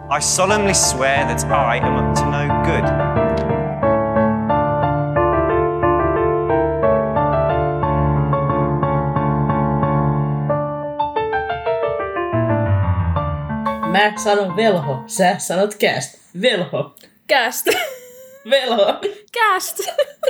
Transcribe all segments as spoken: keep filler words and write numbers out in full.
I solemnly swear that I am up to no good. Mä sanon velho, sä sanot cast. Velho. Cast. Velho. Cast.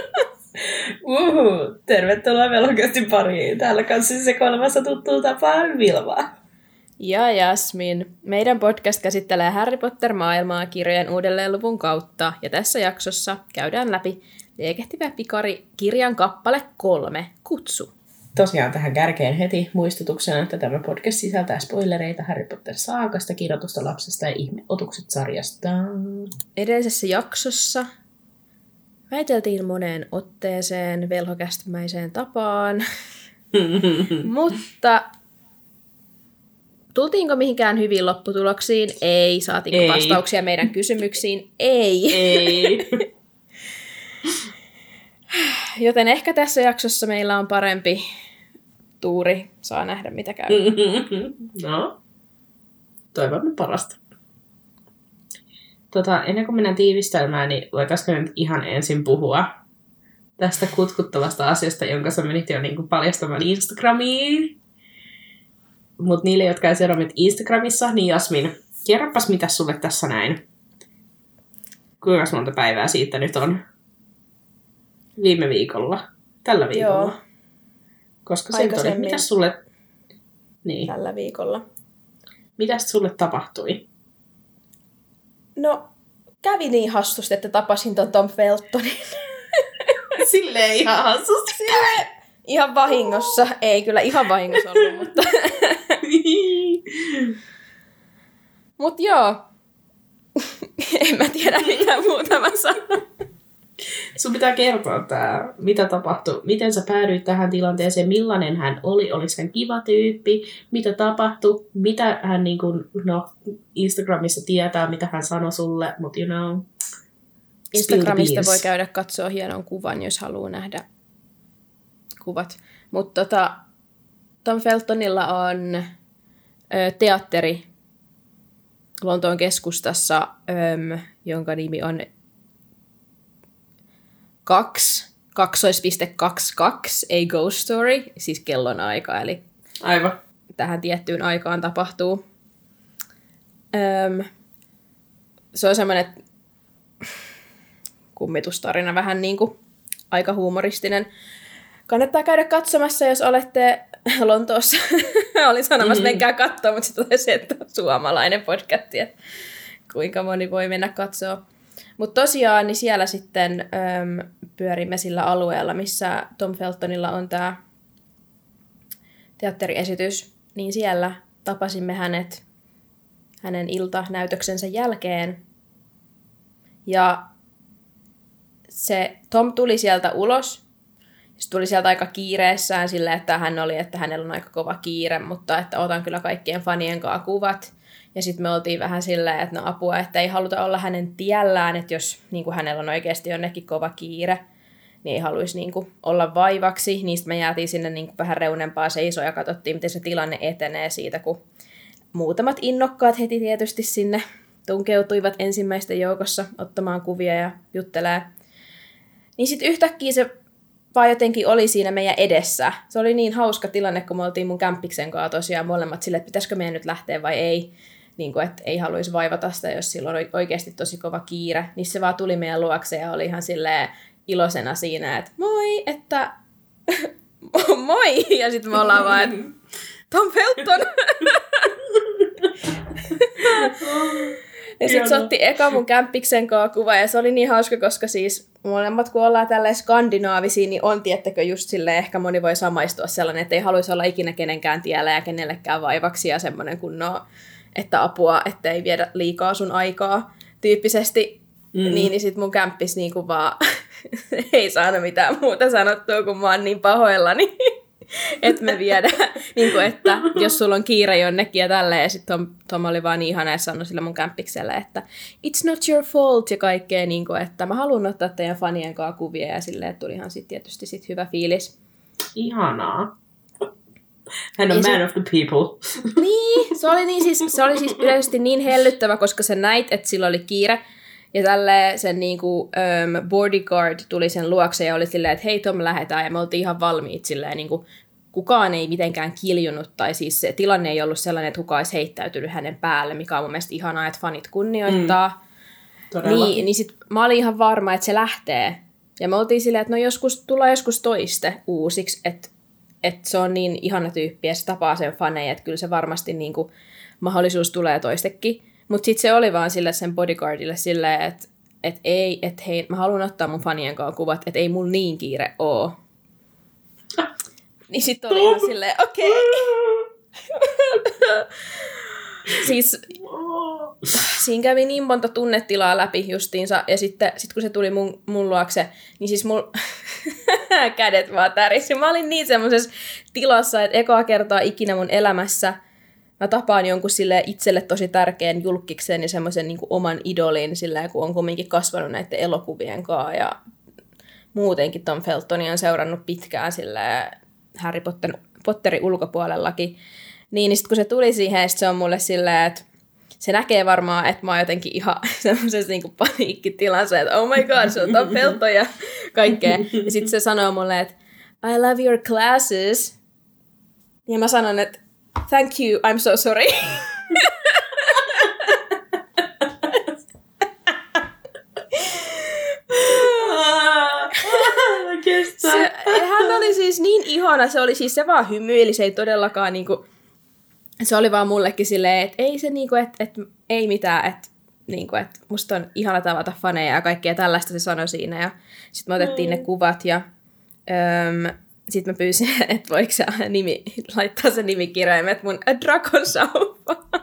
Uhu. Tervetuloa Velhocastin pariin. Täällä kanssa sekoilemassa tuttuun tapaan Vilma. Ja Jasmin. Meidän podcast käsittelee Harry Potter-maailmaa kirjojen uudelleenluvun kautta. Ja tässä jaksossa käydään läpi Liekehtivä pikari kirjan kappale kolme, Kutsu. Tosiaan tähän kärkeen heti muistutuksena, että tämä podcast sisältää spoilereita Harry Potter-saakasta, kirjoitusta lapsesta ja ihmeotukset-sarjasta. Edellisessä jaksossa väiteltiin moneen otteeseen velhokästimäiseen tapaan, mutta tultiinko mihinkään hyviin lopputuloksiin? Ei. Saatiinko Ei. vastauksia meidän kysymyksiin? Ei. Ei. Joten ehkä tässä jaksossa meillä on parempi tuuri. Saa nähdä, mitä käy. No, toivomme parasta. Tota, ennen kuin mennään tiivistelmään, niin voitaisiko nyt ihan ensin puhua tästä kutkuttavasta asiasta, jonka sä menit jo niin kuin paljastamaan Instagramiin. Mutta niille, jotka ei seuraa meitä Instagramissa, niin Jasmin, kerropas mitä sulle tässä näin. Kuinka monta päivää siitä nyt on? Viime viikolla. Tällä viikolla. Joo. Koska se nyt oli. Mitäs sulle... Niin. Tällä viikolla. Mitäs sulle tapahtui? No, kävi niin hassusti, että tapasin ton Tom Feltonin. Silleen ihan hassusti. Silleen ihan vahingossa. Ei kyllä ihan vahingossa ollut, mutta... Mut joo. En mä tiedä mitä muuta mä sanon. Sun pitää kertoa tää, mitä tapahtui, miten sä päädyit tähän tilanteeseen, millainen hän oli, oliko hän kiva tyyppi, mitä tapahtui, mitä hän niin kun, no, Instagramissa tietää, mitä hän sanoi sulle, mutta you know, Instagramista voi käydä katsoa hienon kuvan, jos haluaa nähdä kuvat. Mutta tota, Tom Feltonilla on ö, teatteri Lontoon keskustassa, ö, jonka nimi on kaksi, kaksoispiste kaksikymmentäkaksi, a ghost story, siis kellonaika, eli aivan. Tähän tiettyyn aikaan tapahtuu. Öm, se on semmoinen kummitustarina, vähän niin kuin aika huumoristinen. Kannattaa käydä katsomassa, jos olette Lontoossa. Olin sanomassa, mm-hmm. menkää katsoa, mutta sitten oli se, että on suomalainen podcast, että kuinka moni voi mennä katsoa. Mutta tosiaan niin siellä sitten öm, pyörimme sillä alueella, missä Tom Feltonilla on tämä teatteriesitys, niin siellä tapasimme hänet hänen iltanäytöksensä jälkeen. Ja se Tom tuli sieltä ulos. Se tuli sieltä aika kiireessään sille, että hän oli, että hänellä on aika kova kiire, mutta että otan kyllä kaikkien fanien kanssa kuvat. Ja sitten me oltiin vähän silleen, että no apua, että ei haluta olla hänen tiellään, että jos niin kuin hänellä on oikeasti jonnekin kova kiire, niin ei haluaisi niin kuin olla vaivaksi. Niistä me jäätiin sinne niin kuin vähän reunempaa seisoa ja katsottiin, miten se tilanne etenee siitä, kun muutamat innokkaat heti tietysti sinne tunkeutuivat ensimmäisten joukossa ottamaan kuvia ja juttelee. Niin sitten yhtäkkiä se vaan jotenkin oli siinä meidän edessä. Se oli niin hauska tilanne, kun me oltiin mun kämppiksen kanssa tosiaan molemmat sille, että pitäisikö meidän nyt lähteä vai ei. Niin kuin, että ei haluaisi vaivata sitä, jos sillä on oikeasti tosi kova kiire. Niin se vaan tuli meidän luokse ja oli ihan silleen iloisena siinä, että moi, että moi. Ja sitten me ollaan vaan, että Tom Felton. Ja sitten se otti eka mun kämppiksen kanssa kuva ja se oli niin hauska, koska siis molemmat kun ollaan tälleen skandinaavisia, niin on tiettäkö just silleen, ehkä moni voi samaistua sellainen, että ei haluaisi olla ikinä kenenkään tiellä ja kenellekään vaivaksi ja semmoinen kunnon, että apua, ettei viedä liikaa sun aikaa tyyppisesti. Mm. Niin, niin sit mun kämppis niinku vaan ei saanut mitään muuta sanottua, kun mä oon niin pahoillani. Että me viedään, niin kuin, että jos sulla on kiire jonnekin ja tälleen, ja sitten Tom, Tom oli vaan niin ihana ja sanoi sille mun kämppikselle, että it's not your fault ja kaikkea, niin kuin, että mä haluan ottaa teidän fanien kanssa kuvia ja silleen, että tulihan sitten tietysti sit hyvä fiilis. Ihanaa. Hän on Ja man se- of the people. Niin, se oli, niin siis, se oli siis yleisesti niin hellyttävä, koska sä näit, että sillä oli kiire. Ja tälle sen niinku, um, bodyguard tuli sen luokse ja oli silleen, että hei Tom, lähdetään. Ja me oltiin ihan valmiit silleen, niinku, kukaan ei mitenkään kiljunut. Tai siis se tilanne ei ollut sellainen, että kukaan olisi heittäytynyt hänen päälle, mikä on mun mielestä ihanaa, että fanit kunnioittaa. Mm. Niin, niin sit mä olin ihan varma, että se lähtee. Ja me oltiin silleen, että no joskus, tullaan joskus toiste uusiksi, että, että se on niin ihana tyyppi ja se tapaa sen faneja, että kyllä se varmasti niinku, mahdollisuus tulee toistekin. Mutta sitten se oli vaan sille sen bodyguardille silleen, että et ei, että hei, mä haluan ottaa mun fanien kanssa kuvat, että ei mulla niin kiire oo. Niin sit oli ihan silleen, okei. Okay. Siis siinä kävi niin monta tunnetilaa läpi justiinsa, ja sitten sit kun se tuli mun, mun luokse, niin siis mun kädet vaan tärisi. Mä olin niin semmoisessa tilassa, että ekaa kertaa ikinä mun elämässä mä tapaan jonkun sille itselle tosi tärkeän julkiksen ja semmoisen niin kuin oman idolin, sillä kun on kumminkin kasvanut näiden elokuvien kanssa, ja muutenkin Tom Feltonia on seurannut pitkään sillä Harry Potter, Potterin ulkopuolellakin. Niin, niin sitten kun se tuli siihen, se on mulle silleen, että se näkee varmaan, että mä oon jotenkin ihan semmoisessa niinku paniikkitilassa, että oh my god, se on Tom Felton ja kaikkea. Ja sitten se sanoo mulle, että I love your classes. Ja mä sanon, että thank you, I'm so sorry. Se, hän oli siis niin ihana, se oli siis se vaan hymyili, se ei todellakaan niinku, se oli vaan mullekin silleen, että ei se niinku, että et, ei mitään, että niinku, et musta on ihana tavata faneja ja kaikkea tällaista se sanoi siinä, ja sitten me otettiin mm. ne kuvat, ja öm, sitten mä pyysin, että voiko se nimi, laittaa se nimikirjaimet mun Dragon Sauvaan.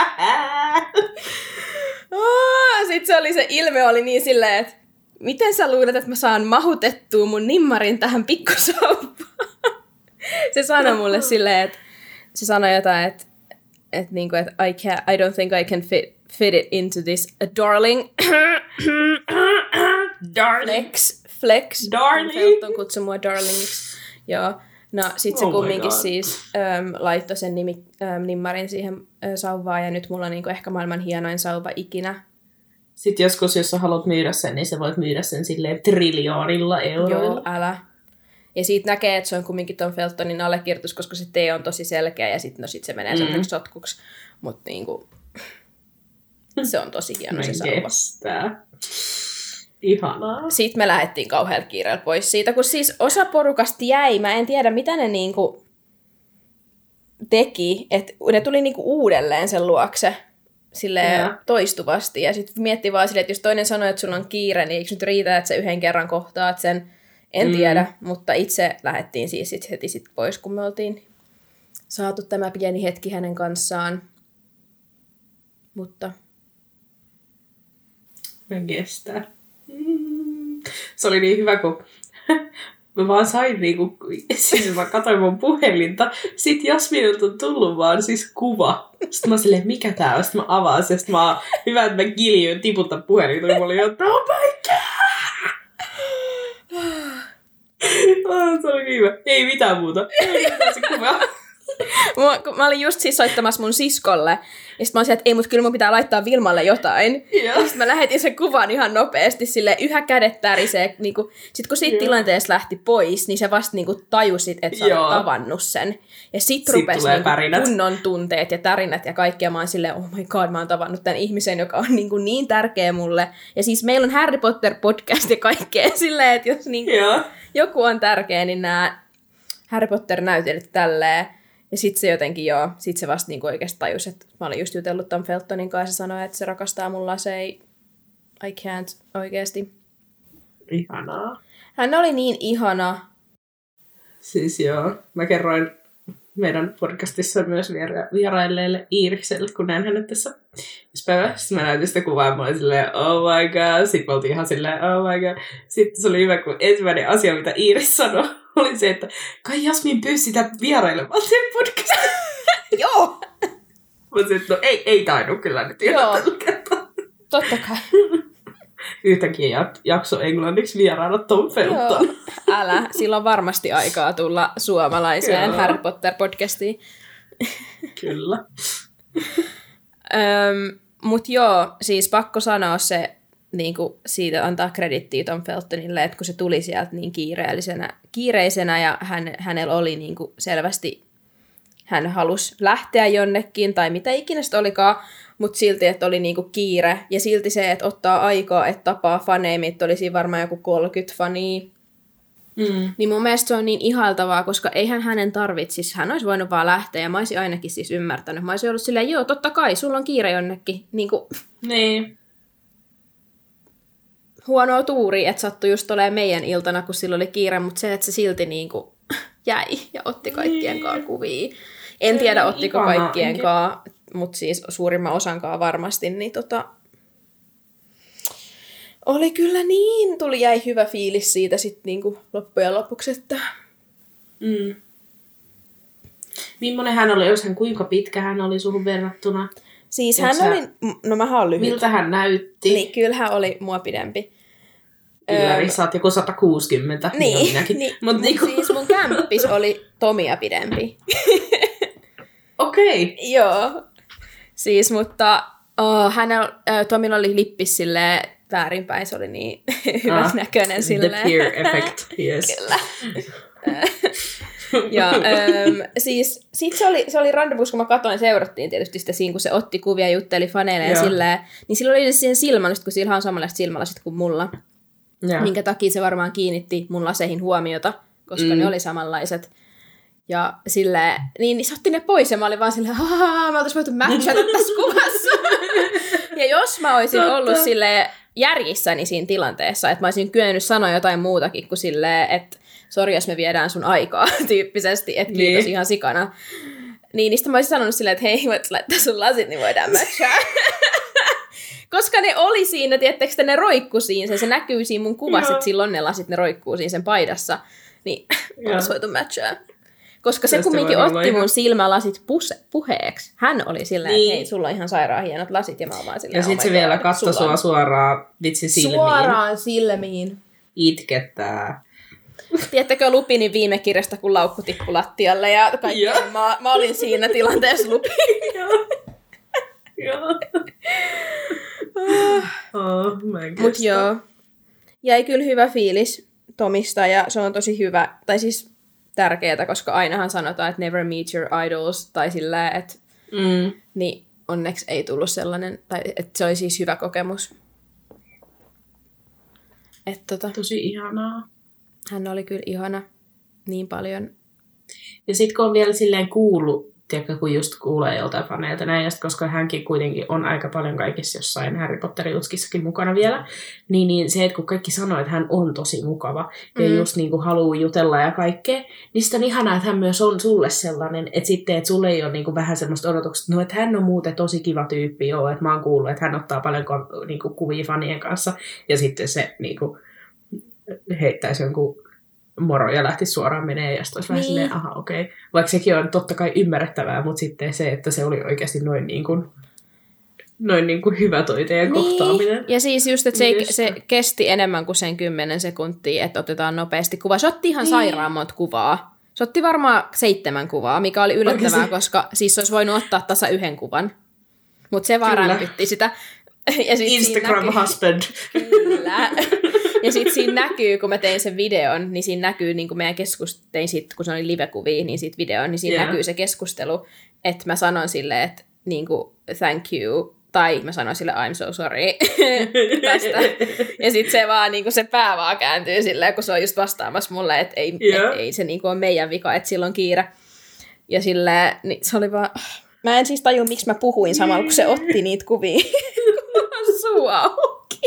Sitten se oli se ilme, oli niin silleen, että miten sä luulet, että mä saan mahutettua mun nimmarin tähän pikkusauvaan? Se sanoi mulle silleen, että se sanoi jotain, että, että, niinku, että I, can't, I don't think I can fit, fit it into this a darling. Darling. Flex. Flex. Darling. Felton kutsui mua darlingiksi. Joo. No sit se Oh my kumminkin God. siis äm, laittoi sen nimi, äm, nimmarin siihen äh, sauvaan, ja nyt mulla on niinku ehkä maailman hienoin sauva ikinä. Sitten joskus, jos sä haluat myydä sen, niin sä voit myydä sen silleen triljoonilla euroilla. Joo, älä. Ja siitä näkee, että se on kumminkin Tom Feltonin allekirjoitus, koska se T on tosi selkeä, ja sitten no sit se menee mm. sellaiseksi sotkuksi. Mutta niinku, se on tosi hieno se sauva. Kestää. Ihanaa. Sitten me lähdettiin kauhealla kiireellä pois siitä, kun siis osa porukasta jäi. Mä en tiedä, mitä ne niinku teki. Että ne tuli niinku uudelleen sen luokse silleen ja. toistuvasti. Ja sitten miettii vaan silleen, että jos toinen sanoo, että sulla on kiire, niin eikö nyt riitä, että sä yhden kerran kohtaat sen? En mm. tiedä, mutta itse lähdettiin siis sit heti sit pois, kun me oltiin saatu tämä pieni hetki hänen kanssaan. Mutta Mä kestää. Mm. Se oli niin hyvä, kun mä vaan sain niinku, siis mä katsoin mun puhelinta, sit Jasminilta on tullut vaan siis kuva. Sitten mä silleen, mikä tää on? Sitten mä avaan sen, sitten mä oon, hyvä, että mä kiljyin tiputtaa puhelinta, niin mä olin jo, oh my god! Oh, se oli niin hyvä. Ei mitään muuta. Ei mitään se kuva. Mä, kun mä olin just siis soittamassa mun siskolle, ja sit mä olisin, että ei, mut kyllä mun pitää laittaa Vilmalle jotain. Ja sit mä lähetin sen kuvan ihan nopeasti, silleen yhä kädet tärisee. Niinku, sit kun siitä Joo. tilanteesta lähti pois, niin sä vasta niinku tajusit, että sä olet Joo. tavannut sen. Ja sit, Sit rupesi tulee niinku pärinät. kunnon tunteet ja tärinät ja kaikki. Ja mä oon silleen, oh my god, mä oon tavannut tämän ihmisen, joka on niinku niin tärkeä mulle. Ja siis meillä on Harry Potter podcast ja kaikkea silleen, että jos niinku Joo. joku on tärkeä, niin nämä Harry Potter-näytelijät tälleen. Ja sit se jotenkin joo, sit se vasta niinku oikeasti tajusi, että mä olin just jutellut Tom Feltonin kanssa ja sanoi, että se rakastaa mun laseja. I can't oikeasti. Ihanaa. Hän oli niin ihana. Siis joo, mä kerroin meidän podcastissa myös viera- vierailleille Iirikselle, kun näin hänet tässä päivässä. Sitten mä näytin sitä kuvaa, mä olin silleen, oh my god. Sitten mä oltiin ihan silleen, oh my god. Sitten se oli hyvä, kun ensimmäinen asia, mitä Iiris sanoi, oli se, että kai Jasmin pyysi sitä vierailemaan sen podcastin. Joo! Mä sanoin, että no ei, ei tainnut kyllä nyt ihan Joo. tällä kertaa. Totta kai. yhtäkkiä jakso englanniksi vieraana Tom Felton. Joo, älä. Sillä on varmasti aikaa tulla suomalaiseen Joo. Harry Potter-podcastiin. Kyllä. Öm, mut joo, siis pakko sanoa se, niin kuin siitä antaa kredittiä Tom Feltonille, että kun se tuli sieltä niin kiireellisenä, kiireisenä ja hän, hänellä oli niin kuin selvästi, hän halusi lähteä jonnekin tai mitä ikinä sitä olikaan, mutta silti, että oli niin kuin kiire ja silti se, että ottaa aikaa, että tapaa faneja, mitä oli siinä varmaan joku kolmekymmentä fania. Mm. Niin mun mielestä se on niin ihailtavaa, koska eihän hänen tarvitsisi, hän olisi voinut vaan lähteä ja mä olisin ainakin siis ymmärtänyt. Mä olisin ollut silleen, joo, totta kai, sulla on kiire jonnekin. Niin kuin, Niin. huonoa tuuri, että sattui just olemaan meidän iltana, kun sillä oli kiire, mutta se, että se silti niin kuin jäi ja otti kaikkien kaa kuvia. En Se tiedä, on ottiko ihanaa. kaikkien kaa, mutta siis suurimman osankaan varmasti, niin tota... Oli kyllä niin, tuli jäi hyvä fiilis siitä sitten niinku loppujen lopuksi, että... Mm. Millainen hän oli? Jos hän kuinka pitkä hän oli suhun verrattuna? Siis Onks hän sä- oli, no mähän on lyhyt. Miltä hän näytti? Niin, kyllä hän oli mua pidempi. Ylläri, Öö, sä oot joku sata kuusikymmentä, niin, Niin, minäkin. niin Mut mut niinku... siis mun kämppis oli Tomia pidempi. Okei. Okay. Joo. Siis, mutta oh, hänellä, äh, Tomilla oli lippis silleen väärinpäin, se oli niin hyvän Ah, näköinen The silleen. peer effect, yes. Kyllä. ja ähm, siis sit se oli, se oli randomus, kun mä katsoin, seurattiin tietysti sitä siinä, kun se otti kuvia ja jutteli faneille ja Joo. silleen, niin sillä oli siihen silmälasit, kun sillä on samanlaiset silmälasit kuin mulla, Joo. minkä takia se varmaan kiinnitti mun laseihin huomiota, koska Mm. ne oli samanlaiset. Ja silleen, niin, niin se otti ne pois ja mä olin vaan silleen, haha, me oltais voitu matchata tässä kuvassa. ja jos mä olisin Totta. ollut silleen järjissäni siinä tilanteessa, että mä olisin kyennyt sanoa jotain muutakin kuin silleen, että sori, jos me viedään sun aikaa tyyppisesti, että kiitos Niin. ihan sikana. Niin, niistä mä olisin sanonut silleen, että hei, voit laittaa sun lasit, niin voidaan matchaa. Koska ne oli siinä, tiettekö ne roikku siinä, se, se näkyy siinä mun kuvassa, Joo. että silloin ne lasit, ne roikkuu siinä sen paidassa. Niin, Joo. olisi voitu matchaa. Koska se Tästä kumminkin voi olla otti ihan- mun silmälasit puse- puheeksi. Hän oli silleen, Niin. että hei, sulla on ihan sairaan hienot lasit, ja mä oon vaan silleen, Ja sit oh se my vielä god, katsoi sulla sua on suoraan vitsi silmiin. Suoraan silmiin. Itkettää. Tiedättekö Lupinin viime kirjasta, kun laukku tippui lattialle ja kaikkea? Joo. Mä, mä olin siinä tilanteessa Lupin. Joo. oh, mä en Mut kestä. joo, jäi kyllä hyvä fiilis Tomista ja se on tosi hyvä, tai siis tärkeää, koska ainahan sanotaan, että never meet your idols, tai sillä, että Mm. niin onneksi ei tullut sellainen, tai että se oli siis hyvä kokemus. Että tota, Tosi ihanaa. hän oli kyllä ihana niin paljon. Ja sit kun on vielä silleen kuullut, tiedätkö, kun just kuulee joltain faneilta näin, ja sit, koska hänkin kuitenkin on aika paljon kaikissa jossain Harry Potter-jutskissakin mukana vielä, niin, niin se, että kun kaikki sanoo, että hän on tosi mukava, ja Mm. just niin kuin haluaa jutella ja kaikkea, niin sit on ihanaa, että hän myös on sulle sellainen, että sitten, että sulle ei ole niin kuin vähän semmoista odotukset, no, että hän on muuten tosi kiva tyyppi, joo, että mä oon kuullut, että hän ottaa paljon ko- niin kuin kuvia fanien kanssa, ja sitten se niin kuin heittäisi jonkun moro ja lähti suoraan menee ja sitten olisi vähän Niin. silleen, aha okei. Okay. Vaikka sekin on totta kai ymmärrettävää, mutta sitten se, että se oli oikeasti noin niin kuin, noin niin kuin hyvä toi teidän kohtaaminen. Ja siis just, että se, ei, Just. se kesti enemmän kuin sen kymmenen sekuntia, että otetaan nopeasti kuva. Se otti ihan Niin. sairaan monta kuvaa. Se otti varmaan seitsemän kuvaa, mikä oli yllättävää, Oikeesti? koska siis se olisi voinut ottaa tasa yhden kuvan. Mutta se vaan Kyllä. rämpytti sitä. Ja sit Instagram siinä näkyy, husband. Kyllä. Ja sitten siinä näkyy, kun mä tein sen videon, niin siinä näkyy, niin kuin meidän keskus, tein sit, kun se oli live-kuvia, niin siitä videon, niin siinä Joo. näkyy se keskustelu, että mä sanon silleen, että niin kuin, thank you, tai mä sanon sille I'm so sorry tästä. Ja sitten se vaan, niin kuin se pää vaan kääntyy silleen, kun se on just vastaamassa mulle, että ei, Joo. et, ei se niin kuin ole meidän vika, että sillä on kiire. Ja silleen, niin se oli vaan, mä en siis tajua, miksi mä puhuin samalla, kun se otti niitä kuvia. Suu auki.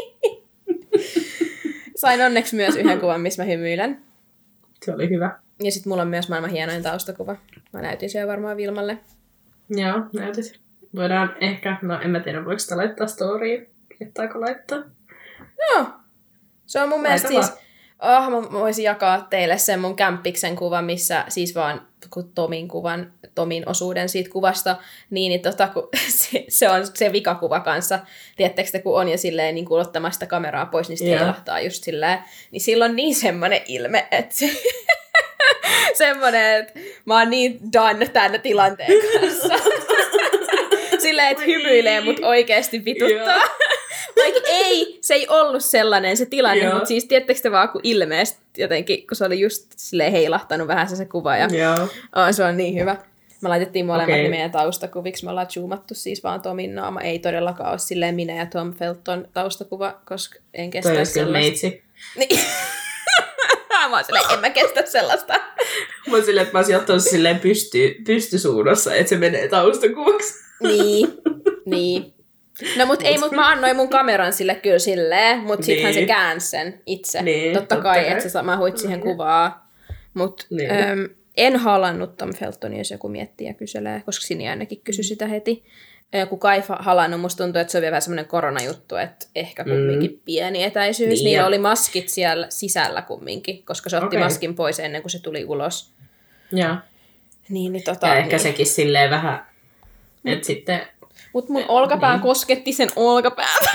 Sain onneksi myös yhden kuvan, missä mä hymyilen. Se oli hyvä. Ja sit mulla on myös maailman hienoin taustakuva. Mä näytin sen varmaan Vilmalle. Joo, näytit. Voidaan ehkä, no en mä tiedä, voiko sitä laittaa storyin. Kehtaako laittaa? Joo. Se on mun mielestä Laita siis, Oh, mä voisin jakaa teille sen mun kämppiksen kuvan, missä siis vaan kun Tomin kuvan, Tomin osuuden siitä kuvasta, niin, niin tota, kun se, se on se vikakuva kanssa. Tiedättekö te, kun on jo silleen niin kuin ottamasta kameraa pois, niin sitten heilahtaa just silleen. Niin sillä on niin semmoinen ilme, että se, semmoinen, että mä oon niin done tämän tilanteen kanssa. Silleen, että hymyilee, mutta oikeasti vituttaa. Vaikka ei, se ei ollut sellainen se tilanne, Joo. mutta siis tiedättekö te vaan, kun ilmeisesti jotenkin, kun se oli just silleen heilahtanut vähän se, se kuva ja oh, se on niin hyvä. Me laitettiin molemmat okay. meidän taustakuviksi, me ollaan zoomattu siis vaan Tomin naama. Ei todellakaan ole silleen minä ja Tom Felton taustakuva, koska en kestä Toi sellaista. meitsi. Niin. Mä oon silleen, en mä kestä sellaista. Mä oon silleen, että mä olisin ottanut silleen pysty, pystysuunnassa, että se menee taustakuvaksi. Niin, niin. No mut ei, mut mä annoin mun kameran sille kyllä silleen, mut sittenhän niin. se käänsi sen itse. Niin, totta, totta kai, että sä mä huit siihen kuvaa. Mut niin. äm, en halannut Tom Feltonia, jos joku miettii ja kyselee, koska Sini ainakin kysyi sitä heti. Kuka ei halannut, musta tuntuu, että se on vielä vähän semmoinen koronajuttu, että ehkä kumminkin mm. pieni etäisyys. Niin, Niillä ja... oli maskit siellä sisällä kumminkin, koska se otti okay. maskin pois ennen kuin se tuli ulos. Ja, niin, niin, tota, ja niin. ehkä sekin silleen vähän, että sitten... Mut mun olkapää niin. kosketti sen olkapäätä.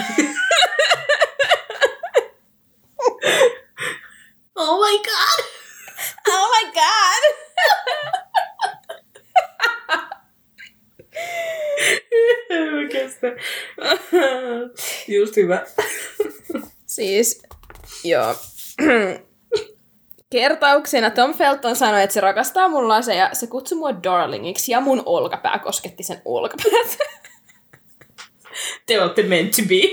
Oh my god! Oh my god! Mä kestä. Just hyvä. Siis, joo. Kertauksena Tom Felton sanoi, että se rakastaa mun laseja, se kutsui mua darlingiksi ja mun olkapää kosketti sen olkapäätä. Te olette meant to be.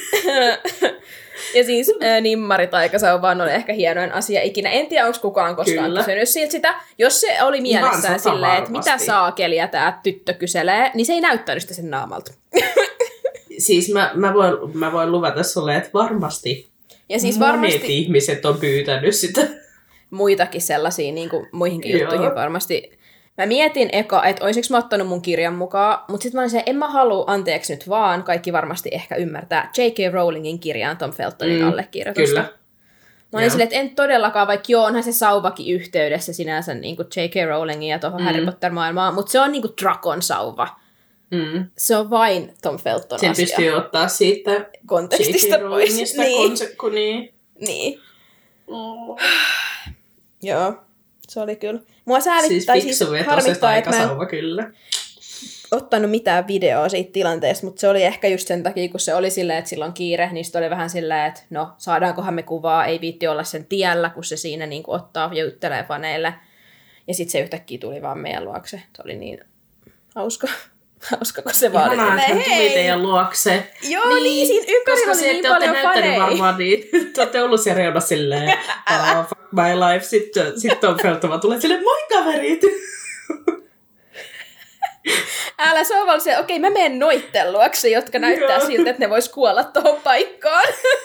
Ja siis äh, nimmaritaikasauva on ehkä hienoin asia ikinä. En tiedä, onko kukaan koskaan Kyllä. kysynyt siltä sitä. Jos se oli mielessään silleen, että mitä saakelia tämä tyttö kyselee, niin se ei näyttänyt sitä sen naamalta. Siis mä, mä, voin, mä voin luvata sulle, että varmasti ja siis monet varmasti ihmiset on pyytänyt sitä. Muitakin sellaisia, niin kuin muihinkin juttuihin varmasti. Mä mietin eka, että olisinko mä ottanut mun kirjan mukaan, mutta sitten mä olin se, en mä halua, anteeksi nyt vaan, kaikki varmasti ehkä ymmärtää, J K. Rowlingin kirjaan Tom Feltonin mm, allekirjoitusta. Kyllä. Mä olin silleen, että en todellakaan, vaikka joo, onhan se sauvakin yhteydessä sinänsä niin kuin J K. Rowlingin ja tuohon mm. Harry Potter-maailmaan, mutta se on niin kuin Drakon sauva. Mm. Se on vain Tom Felton sen asia. Sen pystyy ottaa siitä kontekstista pois. Niin. Konse- niin. niin. Oh. Joo. Se oli kyllä. Mua säälittää siis, siis harmittaa, että mä en kyllä. ottanut mitään videoa siitä tilanteesta, mutta se oli ehkä just sen takia, kun se oli silleen, että sillä on kiire, niin sitten oli vähän silleen, että no saadaankohan me kuvaa, ei viitti olla sen tiellä, kun se siinä niin kuin ottaa ja juttelee faneille. Ja sitten se yhtäkkiä tuli vaan meidän luokse. Se oli niin hauska. Hauska, kun se vaan oli silleen, hei! Tuli teidän luokse. Joo, niin, niin siinä ympärillä oli niin paljon faneja. Varmaan niin. Te olette ollut siellä reunassa silleen, oh, fuck my life. Sitten sit Tom Felton vaan tulee silleen, moi kaverit! Älä se on vaan se, okei, mä menen noitten luokse, jotka näyttää Joo. siltä, että ne vois kuolla tohon paikkaan.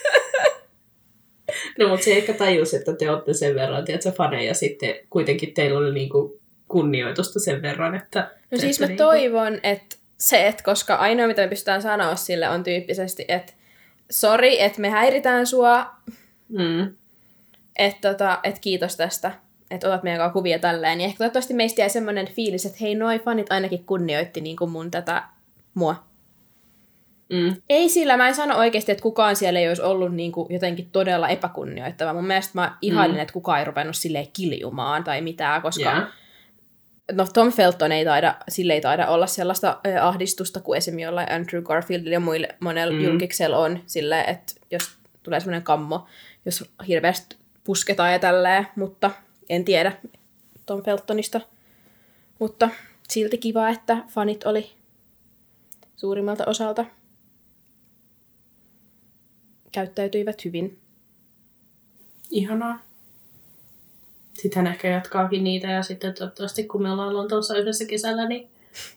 No, mutta se ehkä tajus, että te olette sen verran, tiedätkö, faneja, sitten kuitenkin teillä oli niinku kunnioitusta sen verran, että... No siis mä niinku... toivon, että se, että koska ainoa mitä me pystytään sanoa sille on tyyppisesti, että sori, että me häiritään sua, mm. että tota, et kiitos tästä, että otat meidän kanssa kuvia tälleen. Ja ehkä toivottavasti meistä jäi semmoinen fiilis, että hei, noi fanit ainakin kunnioitti niin kuin mun tätä mua. Mm. Ei sillä, mä en sano oikeasti, että kukaan siellä ei olisi ollut niin kuin jotenkin todella epäkunnioittava. Mun mielestä mä ihailin, mm. että kukaan ei rupennut silleen kiljumaan tai mitään, koska... Yeah. No Tom Felton ei taida, sille ei taida olla sellaista ö, ahdistusta kuin esimerkiksi jollain Andrew Garfieldilla ja muille monella mm. julkiksella on silleen, että jos tulee semmoinen kammo, jos hirveästi pusketaan ja tälleen, mutta en tiedä Tom Feltonista. Mutta silti kiva, että fanit oli suurimmalta osalta käyttäytyivät hyvin. Ihanaa. Sitten hän ehkä jatkaakin niitä ja sitten toivottavasti kun me ollaan Lontoossa yhdessä kesällä, niin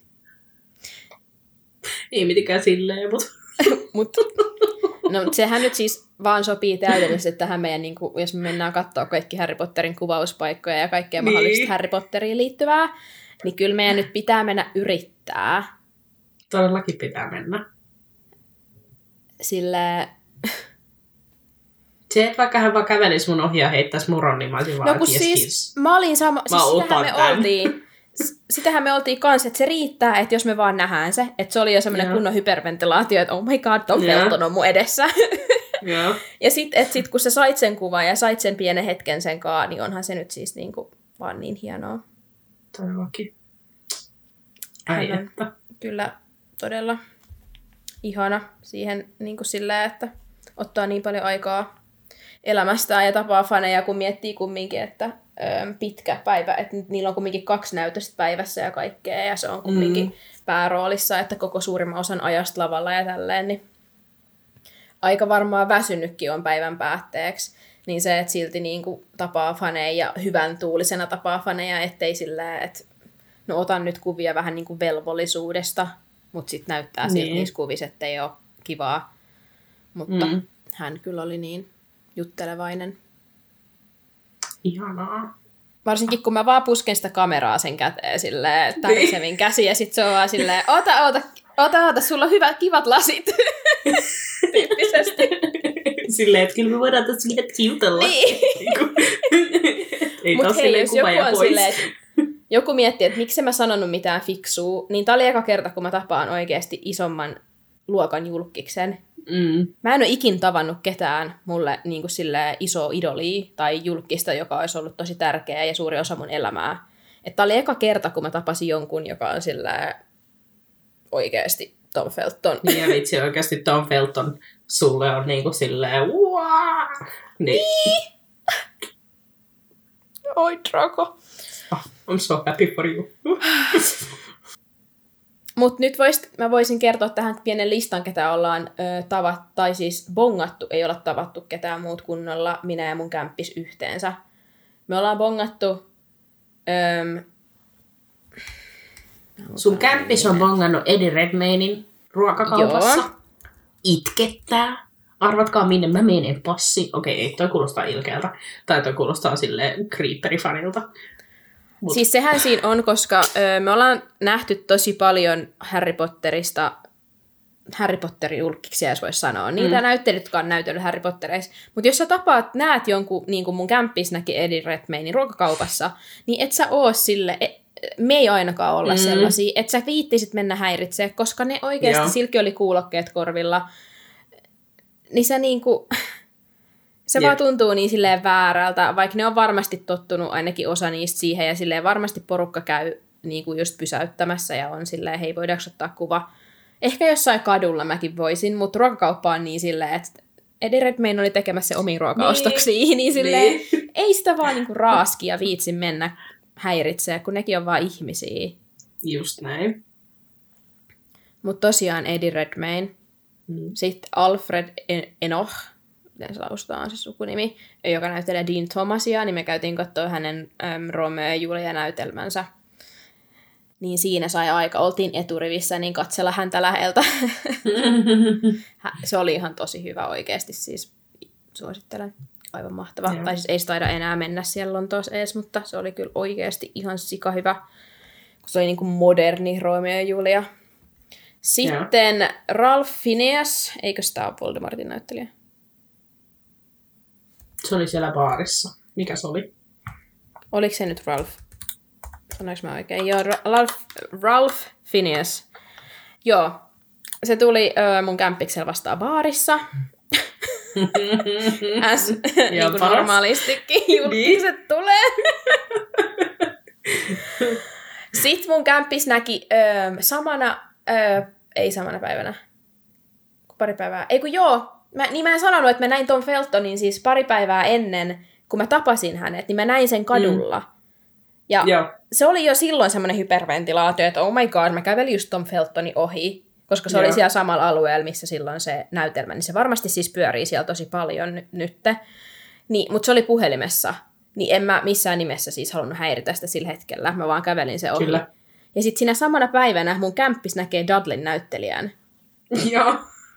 ei mitenkään silleen, mutta... Mut. No sehän nyt siis vaan sopii täydellisesti tähän meidän, niin kuin, jos me mennään katsoa kaikki Harry Potterin kuvauspaikkoja ja kaikkea niin. mahdollista Harry Potteriin liittyvää, niin kyllä meidän nyt pitää mennä yrittää. Todellakin pitää mennä. Sillä Se, että vaikka hän vaan kävelisi mun ohi ja heittäisi muron, niin mä olisin vaan, No kun yes, siis, yes. mä olin sama, Mä siis sitähän me tämän. oltiin, sitähän me oltiin kanssa, että se riittää, että jos me vaan nähdään se, että se oli jo semmoinen Joo. kunnon hyperventilaatio, että oh my god, Tom Joo. Felton on mun edessä. Joo. Ja sitten, että sit, kun sä sait sen kuvan ja sait sen pienen hetken sen kaa, niin onhan se nyt siis niinku vaan niin hienoa. Todellakin. Ai Hän on että. Kyllä todella ihana siihen niin kuin silleen, että ottaa niin paljon aikaa elämästään ja tapaa faneja, kun miettii kumminkin, että ö, pitkä päivä, että niillä on kumminkin kaksi näytöstä päivässä ja kaikkea, ja se on kumminkin mm. pääroolissa, että koko suurimman osan ajasta lavalla ja tälleen, niin aika varmaan väsynytkin on päivän päätteeksi. Niin se, että silti niin kuin tapaa faneja ja hyvän tuulisena tapaa faneja, ettei silleen, että no otan nyt kuvia vähän niin kuin velvollisuudesta, mutta sitten näyttää niin. siltä niissä kuvissa, ettei ole kivaa. Mutta mm. hän kyllä oli niin juttelevainen. Ihanaa. Varsinkin kun mä vaan pusken sitä kameraa sen käteen silleen, tärisemmin käsi, ja sit se on vaan silleen, ota, ota, ota, ota, sulla on hyvät, kivat lasit. Tyyppisesti. Silleen, että kyllä me voidaan tässä kiutella. Niin. Ei Mut taas hei, silleen jos kuva joku ja on pois. silleen, joku miettii, että miksi mä sanonut mitään fiksua, niin tää oli eka kerta, kun mä tapaan oikeasti isomman luokan julkkiksen. Mm. Mä en ole ikin tavannut ketään mulle niin kuin silleen iso idolia tai julkista, joka olisi ollut tosi tärkeä ja suuri osa mun elämää. Että tää oli eka kerta, kun mä tapasin jonkun, joka on silleen oikeasti Tom Felton. Niin ja vitsi oikeasti Tom Felton sulle on niinku silleen uaa! Niin. niin. Oi Draco. Oh, I'm so happy for you. Mut nyt vois, mä voisin kertoa tähän pienen listan, ketä ollaan ö, tavat, tai siis bongattu, ei olla tavattu ketään muut kunnolla, minä ja mun kämppis yhteensä. Me ollaan bongattu... Öm, Sun kämppis on bongannut Eddie Redmaynin ruokakaupassa. Joo. Itkettää. Arvatkaa minne mä menen passi. Okei, ei toi kuulostaa ilkeältä. Tai toi kuulostaa silleen creeperifanilta. Mut. Siis sehän siinä on, koska ö, me ollaan nähty tosi paljon Harry Potterista, Harry Potter-julkkiksia, jos voisi sanoa. Niitä mm. näyttelijät, jotka on näytellyt Harry Pottereissa. Mutta jos sä tapaat, näet jonkun, niin kuin mun kämppis näki Eddie Redmaynin ruokakaupassa, niin et sä oo sille, et, me ei ainakaan olla mm. sellaisia, että sä viittisit mennä häiritsemaan, koska ne oikeasti, Joo. silläkin oli kuulokkeet korvilla, niin sä niinku... Se Jep. vaan tuntuu niin silleen väärältä, vaikka ne on varmasti tottunut ainakin osa niistä siihen, ja silleen varmasti porukka käy niin kuin just pysäyttämässä ja on silleen, hei, voidaanko ottaa kuva? Ehkä jossain kadulla mäkin voisin, mutta ruokakauppa on niin silleen, että Eddie Redmayne oli tekemässä omia ruokaostoksia, niin, niin silleen, niin. Ei sitä vaan niinku raaski ja viitsi mennä häiritsee, kun nekin on vaan ihmisiä. Just näin. Mutta tosiaan Eddie Redmayne. Mm. Sitten Alfred Enoch, miten se lausutaan se sukunimi, joka näyttelee Dean Thomasia, niin me käytiin katsoa hänen äm, Romeo ja Julia-näytelmänsä. Niin siinä sai aika, oltiin eturivissä, niin katsella häntä läheltä. Se oli ihan tosi hyvä oikeasti, siis suosittelen. Aivan mahtava. Joo. Tai siis ei se taida enää mennä siellä Lontoossa edes, mutta se oli kyllä oikeasti ihan sika hyvä, kun se oli niin kuin moderni Romeo ja Julia. Sitten Joo. Ralph Fiennes, eikö sitä ole Voldemortin näyttelijä? Se oli siellä baarissa. Mikä se oli? Oliko se nyt Ralph? Sanoinko mä oikein? Joo, Ralph, Ralph Fiennes. Joo, se tuli ö, mun kämppiksellä vastaan baarissa. As, niin kuin normaalistikin julkiset tulee. Sitten mun kämppis näki ö, samana, ö, ei samana päivänä, kun pari päivää, ei kun joo, mä, niin mä en sanonut, että mä näin Tom Feltonin siis pari päivää ennen, kun mä tapasin hänet, niin mä näin sen kadulla. Mm. Ja joo. Se oli jo silloin semmoinen hyperventilaatio, että oh my god, mä kävelin just Tom Feltonin ohi, koska se Joo. oli siellä samalla alueella, missä silloin se näytelmä, niin se varmasti siis pyörii siellä tosi paljon ny- nytte. Niin, mutta se oli puhelimessa, niin en mä missään nimessä siis halunnut häiritä sitä sillä hetkellä, mä vaan kävelin se ohi. Kyllä. Ja sitten siinä samana päivänä mun kämppis näkee Dudleyn näyttelijän. Joo.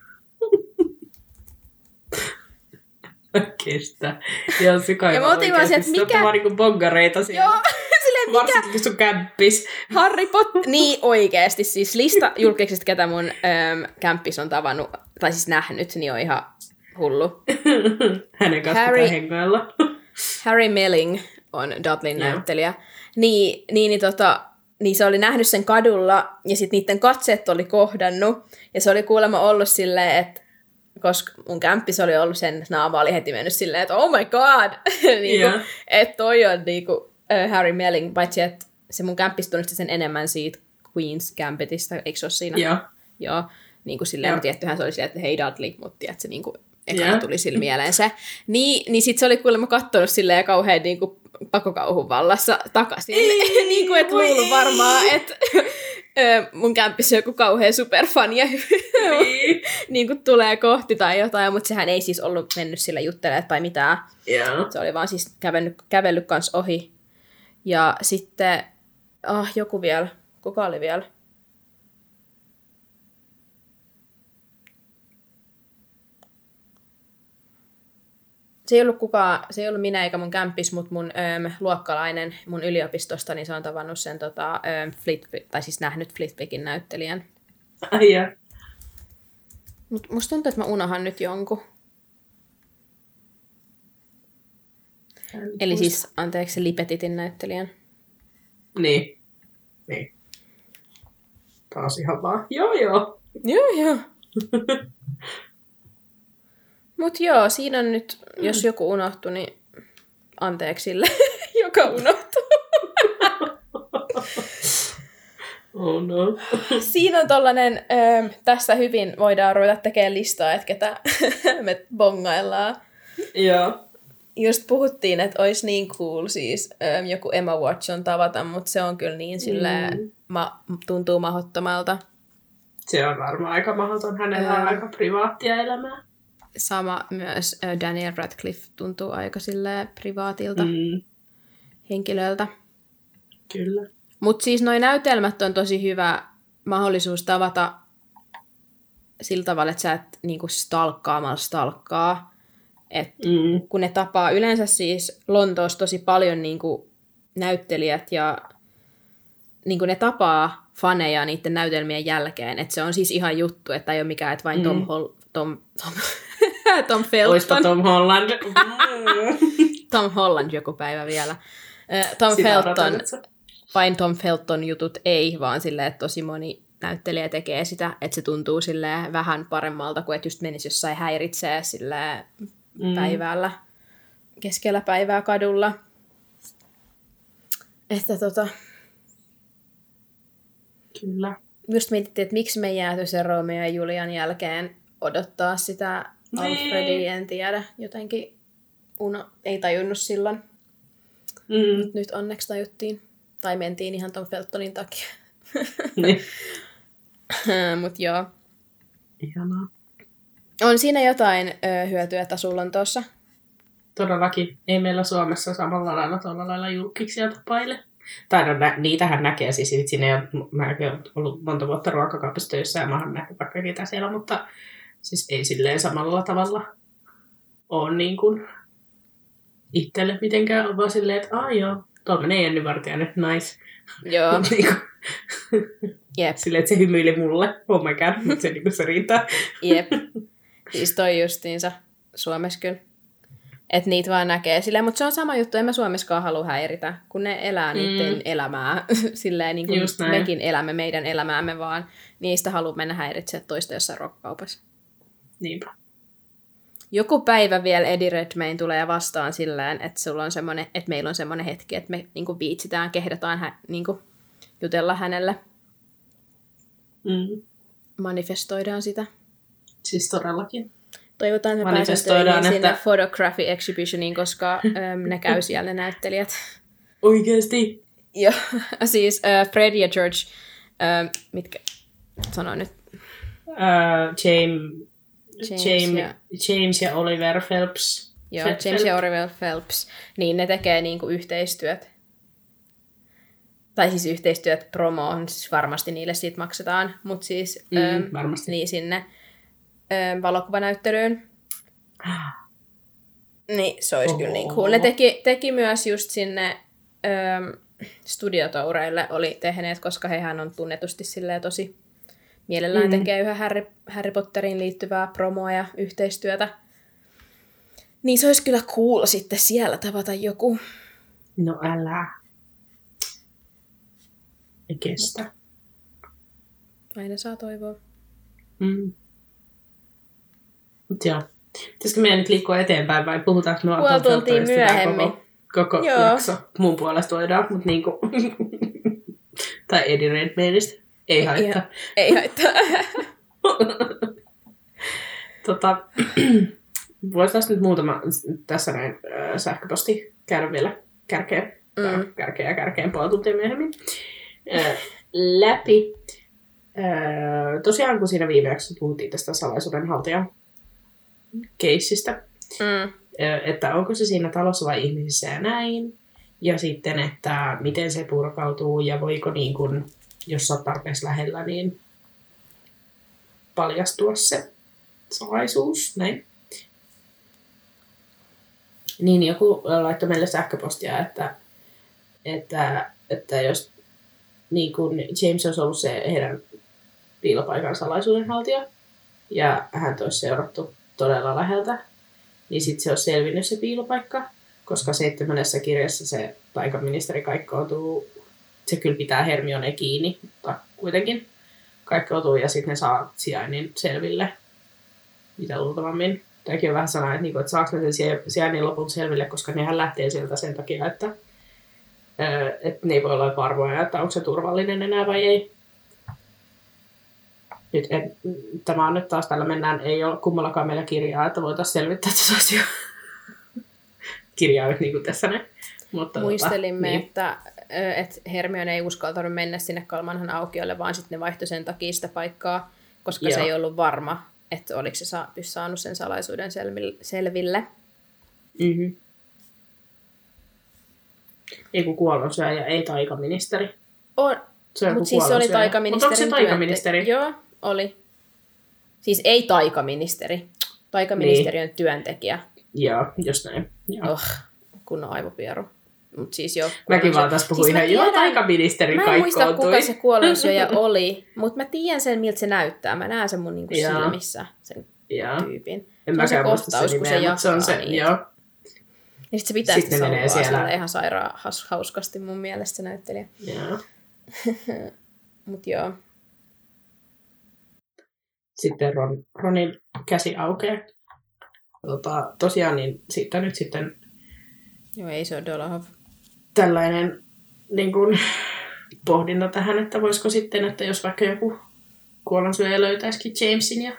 Kestä. Joo, se kai ja oltiin vaan se, että mikä... Sitten on vaan niinku bongareita siinä. Joo, silleen mikä... Varsinkin sun kämppis. Harry Potter... Niin, oikeesti. Siis lista julkiksista, ketä mun äm, kämppis on tavannut, tai siis nähnyt, niin on ihan hullu. Hänen kanssa Harry- pitää hengailla. Harry Melling on Dudleyn Joo. näyttelijä. Niin, niin, niin, tota, niin se oli nähnyt sen kadulla, ja sitten niiden katseet oli kohdannut. Ja se oli kuulemma ollut silleen, että koska mun kämppis oli ollut sen, naama oli heti mennyt silleen, että oh my god, niinku, Joo. että toi on niinku, uh, Harry Melling, paitsi että se mun kämppis tunnisti sen enemmän siitä Queen's Gambitista, eikö se ole siinä? Joo. Joo, niin kuin silleen, Joo. mutta tiettyhän se oli silleen, että hei Dudley, mutta tiedät, se niin kuin ekana Joo. tuli sille mieleen se. Niin, niin sit se oli kuulemma kattonut silleen kauhean niin kuin pakokauhun vallassa takaisin. Ei, niin kuin, että voi luullut ei. varmaan, että ö, mun kämpissä joku kauhean superfan ja Niin. niin kuin tulee kohti tai jotain, mutta sehän ei siis ollut mennyt sillä juttelemaan tai mitään. Joo. Se oli vaan siis kävellyt, kävellyt kans ohi. Ja sitten, ah, joku vielä, kuka oli vielä? Se ei ollut kukaan, se ei ollut minä eikä mun kämppis, mutta mun öm, luokkalainen mun yliopistosta, niin se on tavannut sen, tota, öm, Flitwick, tai siis nähnyt Flitwickin näyttelijän. Ai joo. Mut musta tuntuu, että mä unohan nyt jonkun. Eli siis, anteeksi, Lipetitin näyttelijän. Niin. Niin. Taas ihan vaan. Joo joo. Joo, joo. Mut joo, siinä on nyt, jos joku unohtui, niin anteeksi sille, joka unohtui. Oh no. Siinä on tollanen, ö, tässä hyvin voidaan ruveta tekemään listaa, että ketä me bongaillaan. Joo. Just puhuttiin, että olisi niin cool siis ö, joku Emma Watson tavata, mutta se on kyllä niin silleen, Mm. ma- tuntuu mahdottomalta. Se on varmaan aika mahdoton. Hänellä on Ää. aika privaattia elämää. Sama myös ö, Daniel Radcliffe tuntuu aika silleen privaatilta Mm. henkilöltä. Kyllä. Mutta siis noi näytelmät on tosi hyvä mahdollisuus tavata sillä tavalla, että sä et niinku stalkkaamalla stalkkaa. Et Mm. kun ne tapaa yleensä siis Lontoossa tosi paljon niinku näyttelijät ja niinku ne tapaa faneja niiden näytelmien jälkeen. Et se on siis ihan juttu, että ei ole mikään, että vain Mm. Tom, Hol- Tom, Tom, Tom Oispa Felton. Tom Holland. Mm. Tom Holland joku päivä vielä. Ö, Tom Sitä Felton. odotan, että se- Vain Tom Felton jutut ei, vaan silleen, että tosi moni näyttelijä tekee sitä, että se tuntuu silleen vähän paremmalta kuin että just menisi jossain häiritsee silleen Mm. päivällä, keskellä päivää kadulla. Että tota, Kyllä. just mietittiin, että miksi me ei jääty sen Romeo ja Julian jälkeen odottaa sitä Alfredia, en tiedä, jotenkin uno, ei tajunnut silloin. Mm. Nyt onneksi tajuttiin. Tai mentiin ihan Tom Feltonin takia. Niin. Mut joo. Ihanaa. On siinä jotain ö, hyötyä, että sulla on tuossa. Todellakin. Ei meillä Suomessa samalla lailla tuolla lailla julkkiksia tapaile. Tai no, nä- niitähän näkee siis. Siinä ei ole, mäkin olen ollut monta vuotta ruokakaupassa töissä ja mä oon nähnyt vaikka ketä siellä, mutta siis ei silleen samalla tavalla ole niin kuin itselle mitenkään. On vaan silleen, että aah joo, tuolla menee Jenny Vartijainen, nice. Joo, Mut niinku, jep, silleen, että se hymyili mulle. Oh my god, mutta se, niinku, se riittää. jep. Siis toi justiinsa Suomessa kyllä. Että niitä vaan näkee silleen, mutta se on sama juttu, en mä Suomessakaan halua häiritä, kun ne elää niiden Mm. elämää. Silleen niin kuin Just näin. mekin elämme meidän elämäämme vaan. Niistä haluaa mennä häiritsemään toista jossain ruokakaupassa. Niinpä. Joku päivä vielä Eddie Redmayne tulee vastaan silleen, että, sulla on semmoinen, että meillä on semmoinen hetki, että me niin kuin viitsitään, kehdataan hä, niin kuin jutella hänelle. Mm. Manifestoidaan sitä. Siis todellakin. Toivotaan, että me pääsemme Manifestoidaan, sinne että- photography exhibitioniin, koska äm, ne käy siellä ne näyttelijät. Oikeesti. Joo, siis äh, Fred ja George, äh, mitkä sanoin nyt? Uh, James, James James, ja- James ja Oliver Phelps. Joo, Fel- James Fel- ja Orwell Phelps, niin ne tekee niinku yhteistyöt. Tai siis yhteistyöt promoon, siis varmasti niille siitä maksetaan, mutta siis Mm, ähm, varmasti. niin sinne ähm, valokuvanäyttelyyn. Niin, se olisi Oho. kyllä niin cool. Ne teki, teki myös just sinne ähm, studiotoureille oli tehneet, koska hehän on tunnetusti silleen tosi mielellään Mm. tekee yhä Harry, Harry Potteriin liittyvää promoa ja yhteistyötä. Niin se olisi kyllä cool sitten siellä tavata joku. No älä. Ei kestä. Aina saa toivoa. Mm. Mut joo. Pitäisikö meidän nyt liikkua eteenpäin vai puhutaanko me Puoli tuntia myöhemmin. koko, koko Joo. jakso? Mun puolesta voidaan, mutta niinku... tai Eddie Redmayneista. Ei haittaa. Ihan, ei haittaa. tota, voisi nyt muutama tässä näin äh, sähköposti käydä vielä kärkeen, mm. kärkeen ja kärkeen puoli tuntia myöhemmin äh, läpi. Äh, tosiaan kun siinä viime jaksossa puhuttiin tästä salaisuuden haltijan keissistä, mm. äh, että onko se siinä talossa vai ihmisissä ja näin. Ja sitten, että miten se purkautuu ja voiko niin kun, jos olet tarpeeksi lähellä, niin paljastua se salaisuus, näin. Niin joku laittoi meille sähköpostia, että, että, että jos niin kun James olisi ollut se heidän piilopaikan salaisuudenhaltija ja hän olisi seurattu todella läheltä, niin sitten se olisi selvinnyt se piilopaikka, koska seitsemännessä kirjassa se taikaministeri kaikkoutuu, se kyllä pitää Hermione kiinni, mutta kuitenkin kaikkeutuu ja sitten ne saa sijainnin selville, mitä luultavammin. Tämäkin on vähän sana, että, niinku, että saako ne sen sijainnin lopun selville, koska nehän lähtee sieltä sen takia, että, että ne ei voi olla varmoja, että onko se turvallinen enää vai ei. Nyt en, tämä on nyt taas, tällä mennään, ei ole kummallakaan meillä kirjaa, että voitaisiin selvittää, että se olisi jo kirjaa nyt niin kuin tässä näin. Mutta muistelimme, tota, niin. että, että Hermione ei uskaltanut mennä sinne Kalmanhan aukiolle, vaan sitten ne vaihtoi sen takia sitä paikkaa, koska Joo. se ei ollut varma, että oliko se sa- saanut sen salaisuuden selville. Mm-hmm. Ei kun kuollonsyöjä, ei taikaministeri. On, mutta siis se oli taikaministerin Mutta onko se taikaministeri? Työnte- Joo, oli. Siis ei taikaministeri. Taikaministeriön niin. työntekijä. Joo, just näin. Joo. Oh, kunnon aivopieru. Mut siis jo, Mäkin vaan tässä puhuin siis ihan, joo, taikaministeri kaikkoontui. Mä en muista, kuka se kuollonsyöjä oli, mutta mä tiedän sen, miltä se näyttää. Mä näen sen mun niinku silmissä, sen ja. tyypin. En mäkään muista se nimeä, se mutta se on se, niitä. joo. Ja sit se pitää sitten menee siellä ihan sairaan hauskasti mun mielestä se näyttelijä. Joo. Mut joo. Sitten Ron, Ronin käsi aukeaa. Tota, tosiaan niin siitä nyt sitten joo, ei se ole Dolohov. Tällainen niin kuin, pohdinta tähän, että voisiko sitten, että jos vaikka joku kuollonsyöjä löytäisikin Jamesin ja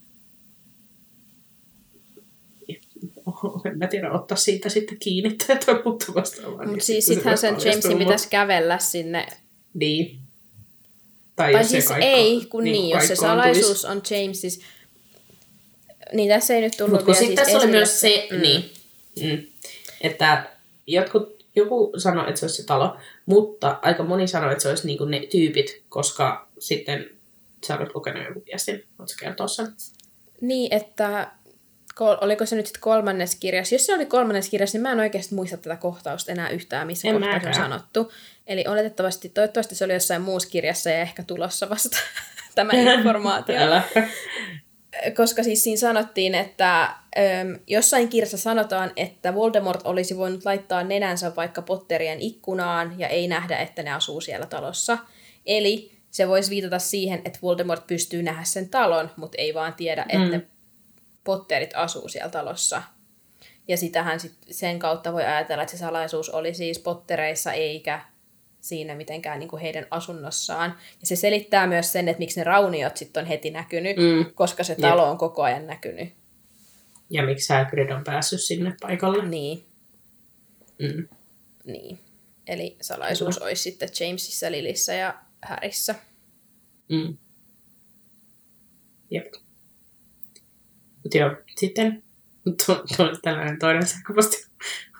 en mä tiedä, ottaa siitä sitten kiinni tai mutta vastaavaan. Mutta siis sittenhän sen Jamesin pitäisi kävellä sinne. Niin. Tai, tai siis kaikko, ei, kun niin, niin jos se salaisuus on James, niin tässä ei nyt tullut Mut vielä siis siis tässä esille. oli myös se, mm. niin, mm, että jotkut, joku sanoi, että se olisi se talo, mutta aika moni sanoi, että se olisi niinku ne tyypit, koska sitten sä olet lukenut joku viestin, oletko kertoa sen? Niin, että oliko se nyt sitten kolmannes kirjassa? Jos se oli kolmannes kirjassa, niin mä en oikeasti muista tätä kohtausta enää yhtään, missä en kohtaa se on sanottu. Eli oletettavasti, toivottavasti se oli jossain muussa kirjassa ja ehkä tulossa vasta tämä informaatio. Koska siis siinä sanottiin, että äm, jossain kirjassa sanotaan, että Voldemort olisi voinut laittaa nenänsä vaikka Potterien ikkunaan ja ei nähdä, että ne asuu siellä talossa. Eli se voisi viitata siihen, että Voldemort pystyy nähdä sen talon, mutta ei vaan tiedä, mm. että Potterit asuu siellä talossa. Ja sitähän sit sen kautta voi ajatella, että se salaisuus oli siis Pottereissa eikä siinä mitenkään niin kuin heidän asunnossaan. Ja se selittää myös sen, että miksi ne rauniot sitten on heti näkynyt, mm. koska se talo Jep. on koko ajan näkynyt. Ja miksi Hagrid on päässyt sinne paikalle. Niin. Mm. Niin. Eli salaisuus Kyllä. olisi sitten Jamesissa, Lilyssä ja Harryssä. Mm. Jep. Mutta joo, sitten tuli tällainen toinen sähköposti,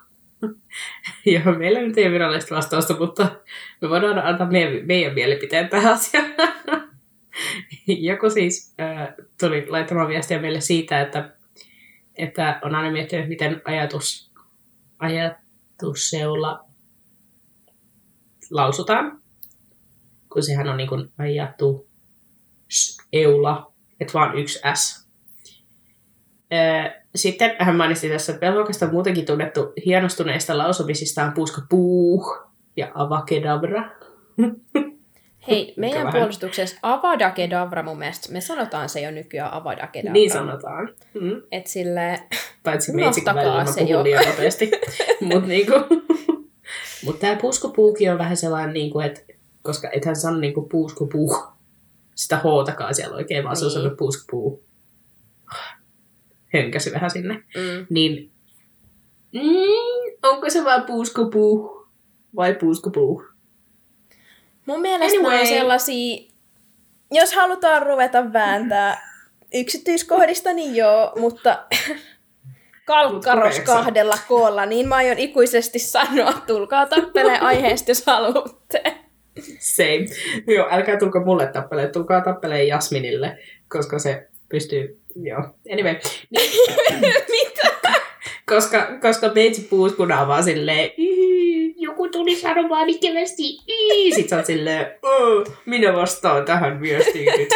johon meillä nyt ei ole virallista vastausta, mutta me voidaan antaa meidän, meidän mielipiteen tähän asiaan. Joku siis äh, tuli laittamaan viestiä meille siitä, että, että on aina miettinyt, miten ajatus, ajatusseula lausutaan, kun sehän on niin kuin ajattu eula, että vaan yksi S. Äh, sitten hän mainitsi tässä, että Velhokasta on muutenkin tunnettu hienostuneista lausumisistaan Puuska Puuh ja Avakedavra. Hei, meidän vähän. puolustuksessa Avada Kedavra mun mielestä, me sanotaan se jo nykyään Avada Kedavra. Niin sanotaan. Mm. Et silleen, Paitsi meitsikö välillä mä se puhun jo. liian nopeasti. Mut niinku... Mut tää puuskupuukin on vähän sellainen, niinku, että koska ethän sano niinku puuskupuuh. Sitä hootakaan siellä oikein, vaan se on Niin. sellainen puuskupuuh. Hönkäsi vähän sinne. mm, Niin, mm, onko se vaan puuskupuuh vai puuskupuuh? mun mielestä Anyway. ne on sellaisia, jos halutaan ruveta vääntää yksityiskohdista, niin joo, mutta kalkkaros kokeeksä? kahdella koolla, niin mä aion ikuisesti sanoa, tulkaa tappeleen aiheesta, jos haluatte. Same. Joo, älkää tulko mulle tappeleen, tulkaa tappeleen Jasminille, koska se pystyy, joo. Anyway. Mitä? Koska, koska meitsi puuskuna on vaan silleen, "Ii, joku tuli sanomaan ikävästi, ii." Sit sä oot silleen, "Oo, minä vastaan tähän viestiin nyt."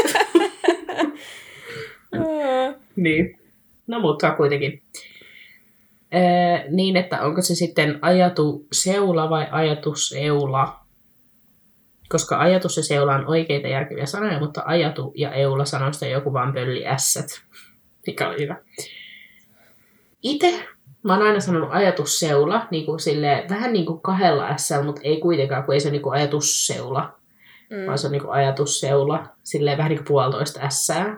Niin. No mutta kuitenkin. Ee, niin, että onko se sitten ajatu seula vai ajatus eula? Koska ajatus ja seula on oikeita järkeviä sanoja, mutta ajatu ja eula sanoista joku vaan pölli ässät. Mikä on hyvä. Itse mä oon aina sanonut ajatusseula, niin kuin silleen, vähän niin kuin kahdella ässällä, mutta ei kuitenkaan, kun ei se ole niin kuin ajatusseula, Mm. vaan se on niin kuin ajatusseula, silleen vähän niin kuin puolitoista ässää.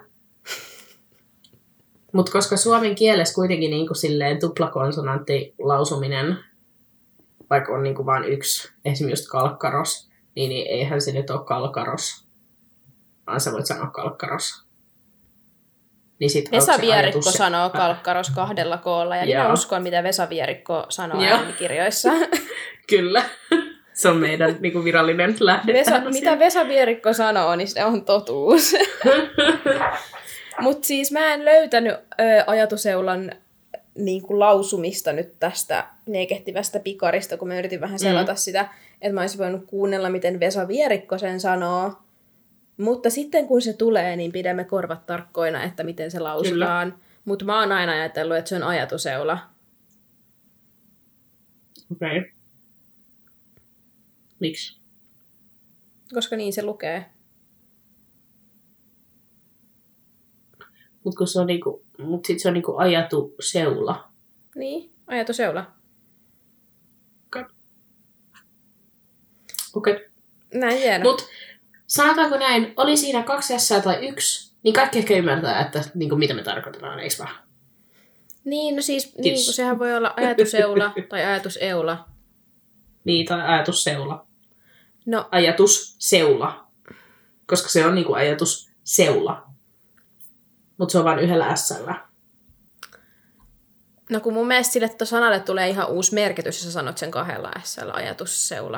Mutta koska suomen kielessä kuitenkin niin kuin silleen tuplakonsonantti lausuminen, vaikka on niin kuin vain yksi, esimerkiksi just kalkkaros, niin, niin eihän se nyt ole kalkaros, vaan sä voit sanoa kalkkaros. Niin sit onko Vesa se Vierikko ajatus- sanoo kalkkaros kahdella koolla, ja minä Joo. uskon, mitä Vesa Vierikko sanoo Joo. äänikirjoissa. Kyllä. Se on meidän niin kuin virallinen lähde. Vesa, tähän mitä asiaan. Vesa Vierikko sanoo, niin se on totuus. Mutta siis mä en löytänyt ö, ajatuseulan niin kuin lausumista nyt tästä neekehtivästä pikarista, kun mä yritin vähän selata mm. sitä, että mä olisin voinut kuunnella, miten Vesa Vierikko sen sanoo. Mutta sitten kun se tulee, niin pidämme korvat tarkkoina, että miten se lausutaan. Mutta mä oon aina ajatellut, että se on ajatuseula. Okei. Okay. Miksi? Koska niin se lukee. Mutta se on niinku, mut sit se on niinku ajatu seula. Niin, ajatuseula. Okei. Okay. Näin hieno. Mut sanotaanko näin, oli siinä kaksi ässää tai yksi, niin kaikki ehkä ymmärtää, että niinku, mitä me tarkoitetaan, eikö vaan? Niin, no siis, niin, Kiitos. kun sehän voi olla ajatuseula tai ajatuseula. Niin, tai ajatusseula. No, Ajatusseula. Koska se on niinku ajatusseula. Mutta se on vain yhdellä ässällä. no kun mun mielestä sille to sanalle tulee ihan uusi merkitys, jos sä sanot sen kahdella ässällä, ajatusseula.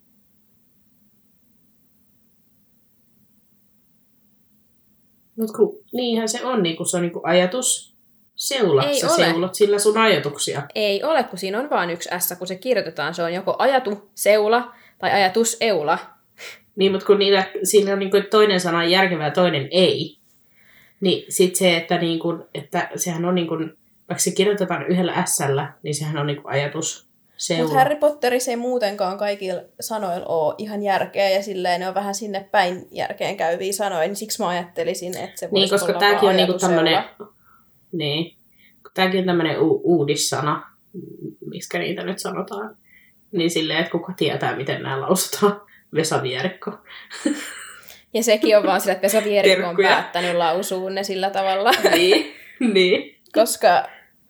Mut kun, niinhän se on, niinku, se on niinku ajatusseula. Ei Sä ole. seulot sillä sun ajatuksia. Ei ole, kun siinä on vain yksi ässä, kun se kirjoitetaan. Se on joko ajatuseula tai ajatuseula. Niin, mutta kun niitä, siinä on niinku toinen sana on järkevä ja toinen ei. Niin sit se, että, niinku, että sehän on niinku, vaikka se kirjoitetaan yhdellä ässällä, niin sehän on niinku ajatusseula. Mutta Harry Potterissa ei muutenkaan kaikilla sanoilla ole ihan järkeä, ja silleen ne on vähän sinne päin järkeen käyviä sanoja, niin siksi mä ajattelisin, että se voisi Niin, koska olla tämäkin vaan on niinku ajatuseula. tämmönen, niin, tämäkin on tämmönen u- uudissana, miksi niitä nyt sanotaan. Niin silleen, että kuka tietää, miten nämä lausutaan. Vesa Vierikko. Ja sekin on vaan sillä, että Vesa Vierikko on Terkkuja. päättänyt lausua ne sillä tavalla. niin, niin. Koska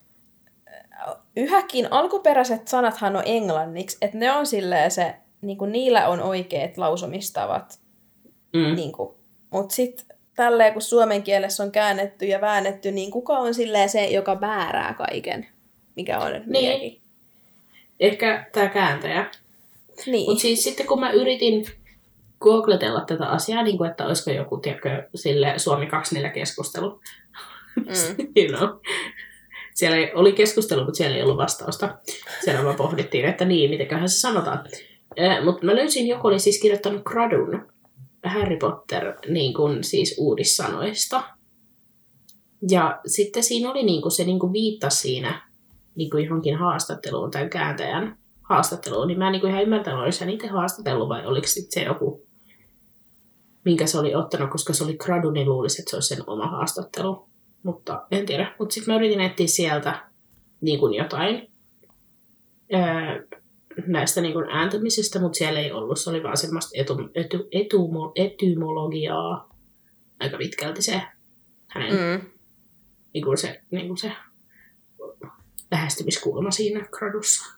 yhäkin alkuperäiset sanathan on englanniksi, että ne on silleen se, niin kuin niillä on oikeat lausumistavat. Mm. Niin mutta sitten tälleen, kun suomen kielessä on käännetty ja väännetty, niin kuka on silleen se, joka määrää kaiken, mikä on Niin. mielekin. Ehkä tämä kääntäjä. Niin. Mutta siis sitten kun mä yritin googletella tätä asiaa, niin kuin, että olisiko joku, tiedätkö, sille Suomi kaksikymmentäneljä keskustelu. Mm. you know. Siellä ei- oli keskustelu, mutta siellä ei ollut vastausta. Siellä vaan pohdittiin, että niin, mitenköhän se sanotaan. Eh, mutta mä löysin, joku oli siis kirjoittanut gradun Harry Potter niin kuin siis uudissanoista. Ja sitten siinä oli niinku, se niinku viittasi siinä niinku johonkin haastatteluun tai kääntäjän haastatteluun, niin mä en niinku ihan ymmärtänyt, oliko se niitä haastatellut vai oliko sitten se joku, minkä se oli ottanut, koska se oli gradu, niin luulisi, että se olisi sen oma haastattelu. Mutta en tiedä. Mutta sitten mä yritin etsiä sieltä niin kuin jotain öö, näistä niin kuin ääntämisistä, mutta siellä ei ollut. Se oli vaan semmoista etu, etu, etumo, etymologiaa aika pitkälti se hänen mm. niin kuin se, niin kuin se lähestymiskulma siinä gradussa.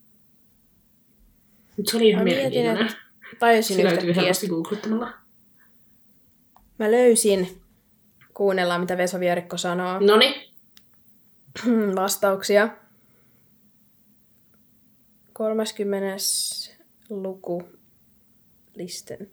Mutta se oli ihan mielenkiintoinen. Tajusin se löytyy helposti googlettamalla. Mä löysin. Kuunnellaan, mitä Vesa Vierikko sanoo. Noniin. Vastauksia. kolmaskymmenes luku. Listen.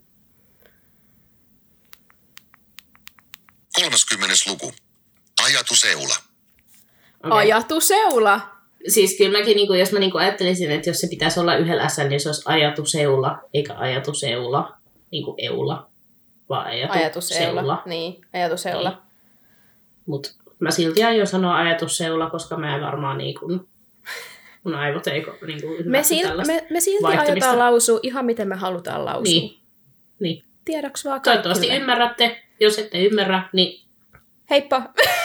kolmaskymmenes luku. Ajatuseula. Okay. Ajatuseula? Siis kyllä mäkin, niin kuin, jos mä niin kuin ajattelisin, että jos se pitäisi olla yhdellä S, niin se olisi ajatuseula, eikä ajatuseula, niin kuin eula, vaan ajatuseula. Ajatuseula, niin, ajatuseula. Niin. Mutta mä silti aion sanoa ajatusseula, koska mä en varmaan niin kuin, mun aivot ei niin kuin me, sil- me, me silti aiotaan lausua ihan miten me halutaan lausua. Niin. niin. Tiedoksi vaan kaikille. Toivottavasti ymmärrätte. Jos ette ymmärrä, niin... Heippa!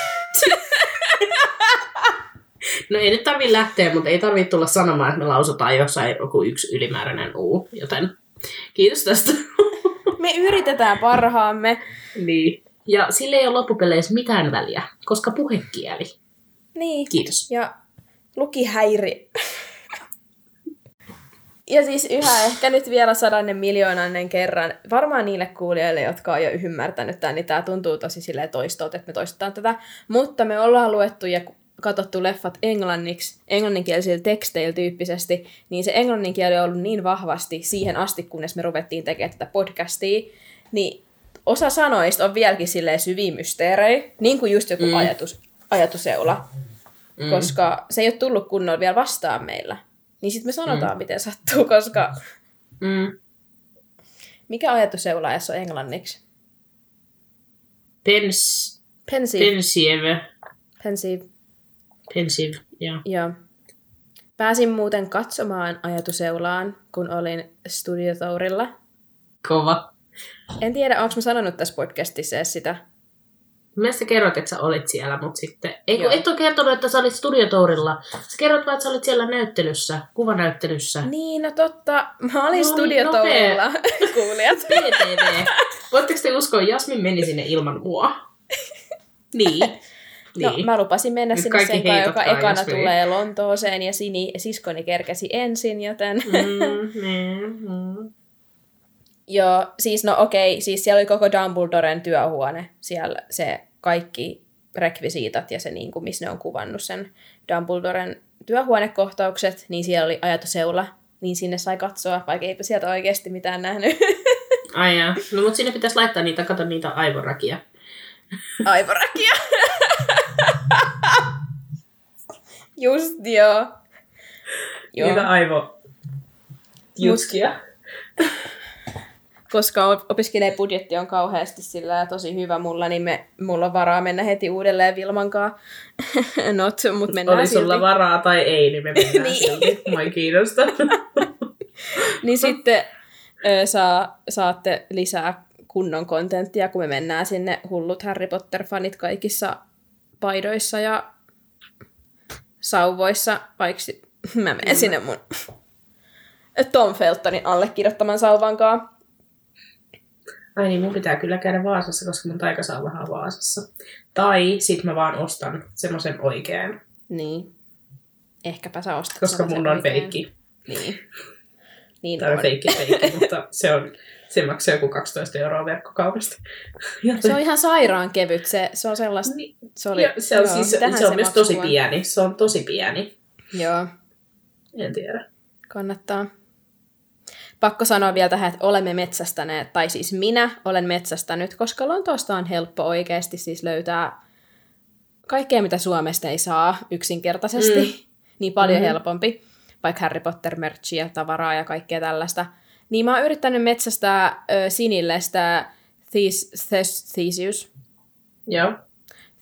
No ei nyt tarvitse lähteä, mutta ei tarvitse tulla sanomaan, että me lausutaan jossain joku yksi ylimääräinen U. Joten kiitos tästä. Me yritetään parhaamme. Niin. Ja sille ei ole loppupeleissä mitään väliä, koska puhekieli. Niin. Kiitos. Ja lukihäiri. Ja siis yhä ehkä nyt vielä sadannen miljoonannen kerran, varmaan niille kuulijoille, jotka on jo ymmärtänyt tämän, niin tämä tuntuu tosi silleen toistot, että me toistetaan tätä. Mutta me ollaan luettu ja katsottu leffat englanniksi, englanninkielisillä teksteillä tyyppisesti, niin se englannin kieli on ollut niin vahvasti siihen asti, kunnes me ruvettiin tekemään tätä podcastia, niin osa sanoista on vieläkin silleen syviä mysteerejä, niin kuin just joku mm. ajatus, ajatuseula, mm. koska se ei ole tullut kunnolla vielä vastaan meillä. Niin sitten me sanotaan, mm. miten sattuu, koska... Mm. Mikä ajatuseula edes on englanniksi? Pens... Pensive. Pensive. Pensive. Pensive, joo. Joo. Pääsin muuten katsomaan ajatuseulaan, kun olin studiotourilla. Kova. En tiedä, onko mä sanonut tässä podcastissa edes sitä. Mielestäni kerroit, että sä olit siellä, mutta sitten... Ei, kun et ole kertonut, että sä olit studiotourilla. Sä kerroit vaan, että sä olit siellä näyttelyssä, kuvanäyttelyssä. Niin, no totta. Mä olin no, studiotourilla, niin, kuulijat. P T V. Voitteko te uskoa, Jasmin meni sinne ilman mua? Niin. No, niin. mä lupasin mennä nyt sinne sen kanssa, joka ekana Jasmin tulee Lontooseen, ja Sini, siskoni kerkesi ensin, joten... Mm, mm, mm. Joo, siis no okei, siis siellä oli koko Dumbledoren työhuone, siellä se kaikki rekvisiitat ja se, niin kuin, missä ne on kuvannut sen Dumbledoren työhuonekohtaukset, niin siellä oli ajatuseula, niin sinne sai katsoa, vaikka eipä sieltä oikeasti mitään nähnyt. Ai jaa. No mutta sinne pitäisi laittaa niitä, kato niitä aivorakia. Aivorakia? Just joo. joo. Niitä aivojuskia. Koska opiskelijabudjetti on kauheasti sillä tosi hyvä mulla, niin me, mulla on varaa mennä heti uudelleen Vilmankaan. Not, mut mennään oli sulla silti varaa tai ei, niin me mennään niin. silti. Moi kiinnosta. Niin sitten ö, saa, saatte lisää kunnon kontenttia, kun me mennään sinne hullut Harry Potter-fanit kaikissa paidoissa ja sauvoissa, vaikka mä menen mm. sinne mun Tom Feltonin allekirjoittaman sauvankaan. Ai niin, mun pitää kyllä käydä Vaasassa, koska mun taikasauvahan on Vaasassa. Tai sit mä vaan ostan semmoisen oikean. Niin. Ehkäpä sä ostat koska mun on oikein. feikki. Niin. niin tai on feikki feikki, mutta se, on, se maksaa joku kaksitoista euroa verkkokaupasta. Se on ihan sairaan kevyt. Se, se on sellaista... Niin. Se, oli, ja, se on, joo, siis, se on myös tosi pieni. Se on tosi pieni. Joo. En tiedä. Kannattaa. Pakko sanoa vielä tähän, että olemme metsästäneet, tai siis minä olen metsästänyt, koska Lontoosta on helppo oikeasti siis löytää kaikkea, mitä Suomesta ei saa yksinkertaisesti. Mm. Niin paljon mm-hmm. helpompi, vaikka Harry Potter-merchia, tavaraa ja kaikkea tällaista. Niin mä oon yrittänyt metsästää ö, Sinille sitä Theseus. Joo.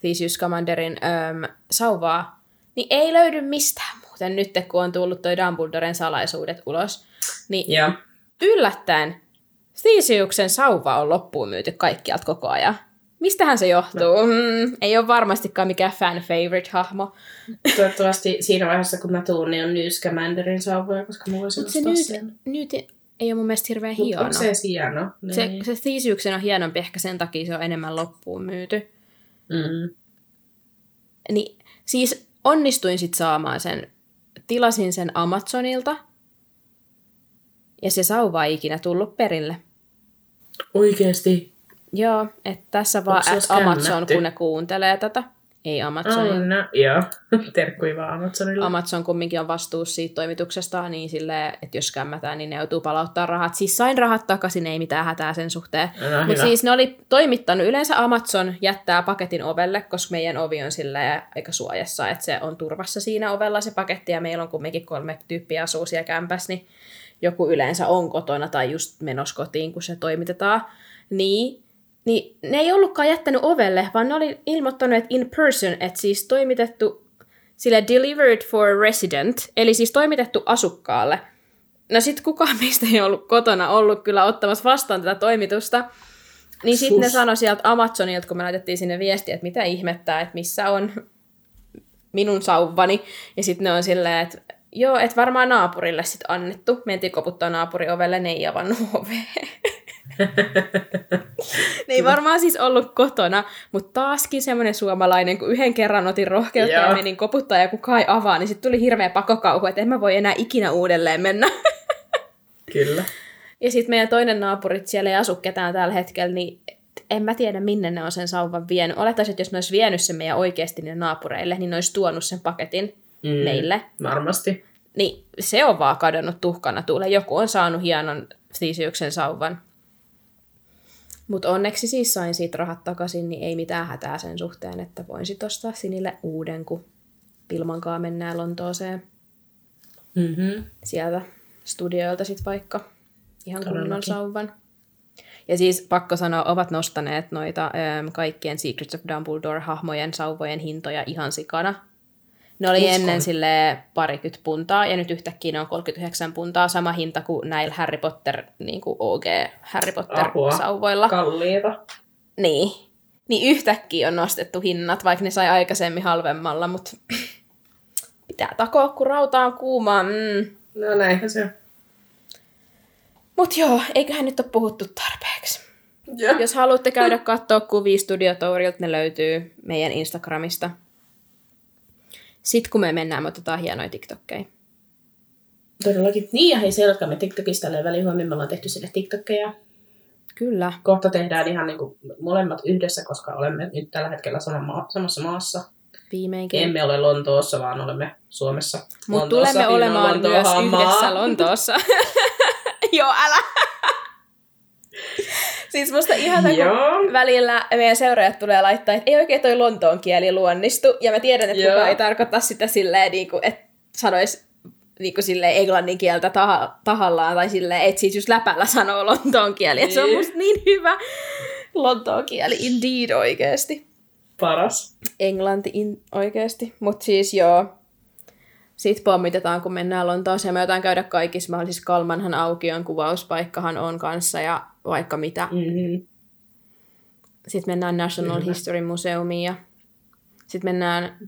Theseus Scamanderin äm, sauvaa, niin ei löydy mistään muuten nyt, kun on tullut toi Dumbledoren salaisuudet ulos. Niin Joo. yllättäen Theseuksen sauva on loppuun myyty kaikkialta koko ajan. Mistähän se johtuu? Mm, ei ole varmastikaan mikään fan favorite hahmo. Toivottavasti siinä vaiheessa, kun mä tuun, niin on Newt Scamanderin sauvoja, koska mä voisin Mutta se ostaa nyt, sen. nyt ei ole mun mielestä hirveän Mut hieno. onko se edes hieno? Se, Niin. se Theseuksen on hienompi, ehkä sen takia se on enemmän loppuun myyty. Mm. Niin, siis onnistuin sit saamaan sen, tilasin sen Amazonilta, ja se sauva ei ikinä tullut perille. Oikeesti? Joo, että tässä vaan Onko se at skämmätty? Amazon, kun ne kuuntelee tätä. Ei Amazon. Oh, no, joo. Terkkuja vaan Amazonille. Amazon kumminkin on vastuussa siitä toimituksesta, niin silleen, että jos skämmätään, niin ne joutuu palauttaa rahat. Siis sain rahat takaisin, ei mitään hätää sen suhteen. No, Mutta hyvä. siis ne oli toimittanut, yleensä Amazon jättää paketin ovelle, koska meidän ovi on silleen aika suojassa, että se on turvassa siinä ovella se paketti, ja meillä on kumminkin kolme tyyppiä asuu siellä kämpässä, niin joku yleensä on kotona tai just menossa kotiin, kun se toimitetaan. Niin, niin ne ei ollutkaan jättänyt ovelle, vaan ne oli ilmoittanut, että in person, että siis toimitettu sille delivered for a resident, eli siis toimitettu asukkaalle. No sit kukaan meistä ei ollut kotona ollut kyllä ottamassa vastaan tätä toimitusta. Niin sitten ne sanoi sieltä Amazonilta, kun me laitettiin sinne viestiä, että mitä ihmettää, että missä on minun sauvani. Ja sitten ne on silleen, että joo, että varmaan naapurille sitten annettu. Mentiin koputtaa naapurin ovelle, ne ei avannut ovea. Ne ei varmaan siis ollut kotona, mutta taaskin semmoinen suomalainen, kun yhden kerran otin rohkeutta Joo. ja menin koputtaa ja kukaan ei avaa, niin sitten tuli hirveä pakokauhu, että en mä voi enää ikinä uudelleen mennä. Kyllä. Ja sitten meidän toinen naapurit, siellä ei asu ketään tällä hetkellä, niin en mä tiedä, minne ne on sen sauvan vienyt. Olettaisin, että jos ne olisi vienyt sen meidän oikeasti niille naapureille, niin ne olisi tuonut sen paketin Mm, meille. Varmasti. Niin se on vaan kadonnut tuhkana tuulle. Joku on saanut hienon Theseuksen sauvan. Mutta onneksi siis sain siitä rahat takaisin, niin ei mitään hätää sen suhteen, että voin sit ostaa Sinille uuden, kun Pilmankaan mennään Lontooseen. Mm-hmm. Sieltä studioilta sit vaikka ihan kunnon Todellakin. sauvan. Ja siis pakko sanoa, ovat nostaneet noita äm, kaikkien Secrets of Dumbledore-hahmojen sauvojen hintoja ihan sikana. Ne oli Uskon. ennen silleen parikymmentä puntaa, ja nyt yhtäkkiä ne on kolmekymmentäyhdeksän puntaa, sama hinta kuin näillä Harry Potter, niin kuin O G Harry Apua. Potter-sauvoilla. Kalliita. Niin. Niin yhtäkkiä on nostettu hinnat, vaikka ne sai aikaisemmin halvemmalla, mutta pitää takoa, kun rauta on kuumaa. Mm. No näinhän se on. Mut joo, eiköhän nyt ole puhuttu tarpeeksi. Joo. Jos haluatte käydä katsoa kuvia Studio Tourilta, ne löytyy meidän Instagramista. Sitten kun me mennään, me otetaan hienoja TikTokkeja. Todellakin. Niin ja hei, seuratkaa TikTokista tälleen välihuomin. Me ollaan tehty sille TikTokkeja. Kyllä. Kohta tehdään ihan niin kuin molemmat yhdessä, koska olemme nyt tällä hetkellä sama maa, samassa maassa. Viimeinkin. Emme ole Lontoossa, vaan olemme Suomessa. Mutta Lontoossa, tulemme Finland, olemaan Lontoa, myös maa. yhdessä Lontoossa. Joo, älä! Siis musta ihana, kun Joo. välillä meidän seuraajat tulee laittaa, että ei oikein toi Lontoon kieli luonnistu. Ja mä tiedän, että Joo. kukaan ei tarkoita sitä silleen, niin kuin, että sanois niin kuin silleen englannin kieltä taha, tahallaan. Tai silleen, että siis just läpällä sanoo Lontoon kieli. Niin. Se on Niin. musta niin hyvä Lontoon kieli, indeed oikeesti. Paras. Englanti in, oikeesti. Mutta siis joo. Sitten pommitetaan, kun mennään Lontooseen. Me jotain käydä kaikissa mahdollisissa Kalmanhan aukion kuvauspaikkahan on kanssa ja vaikka mitä. Mm-hmm. Sitten mennään National Kyllä. History Museumiin ja sitten mennään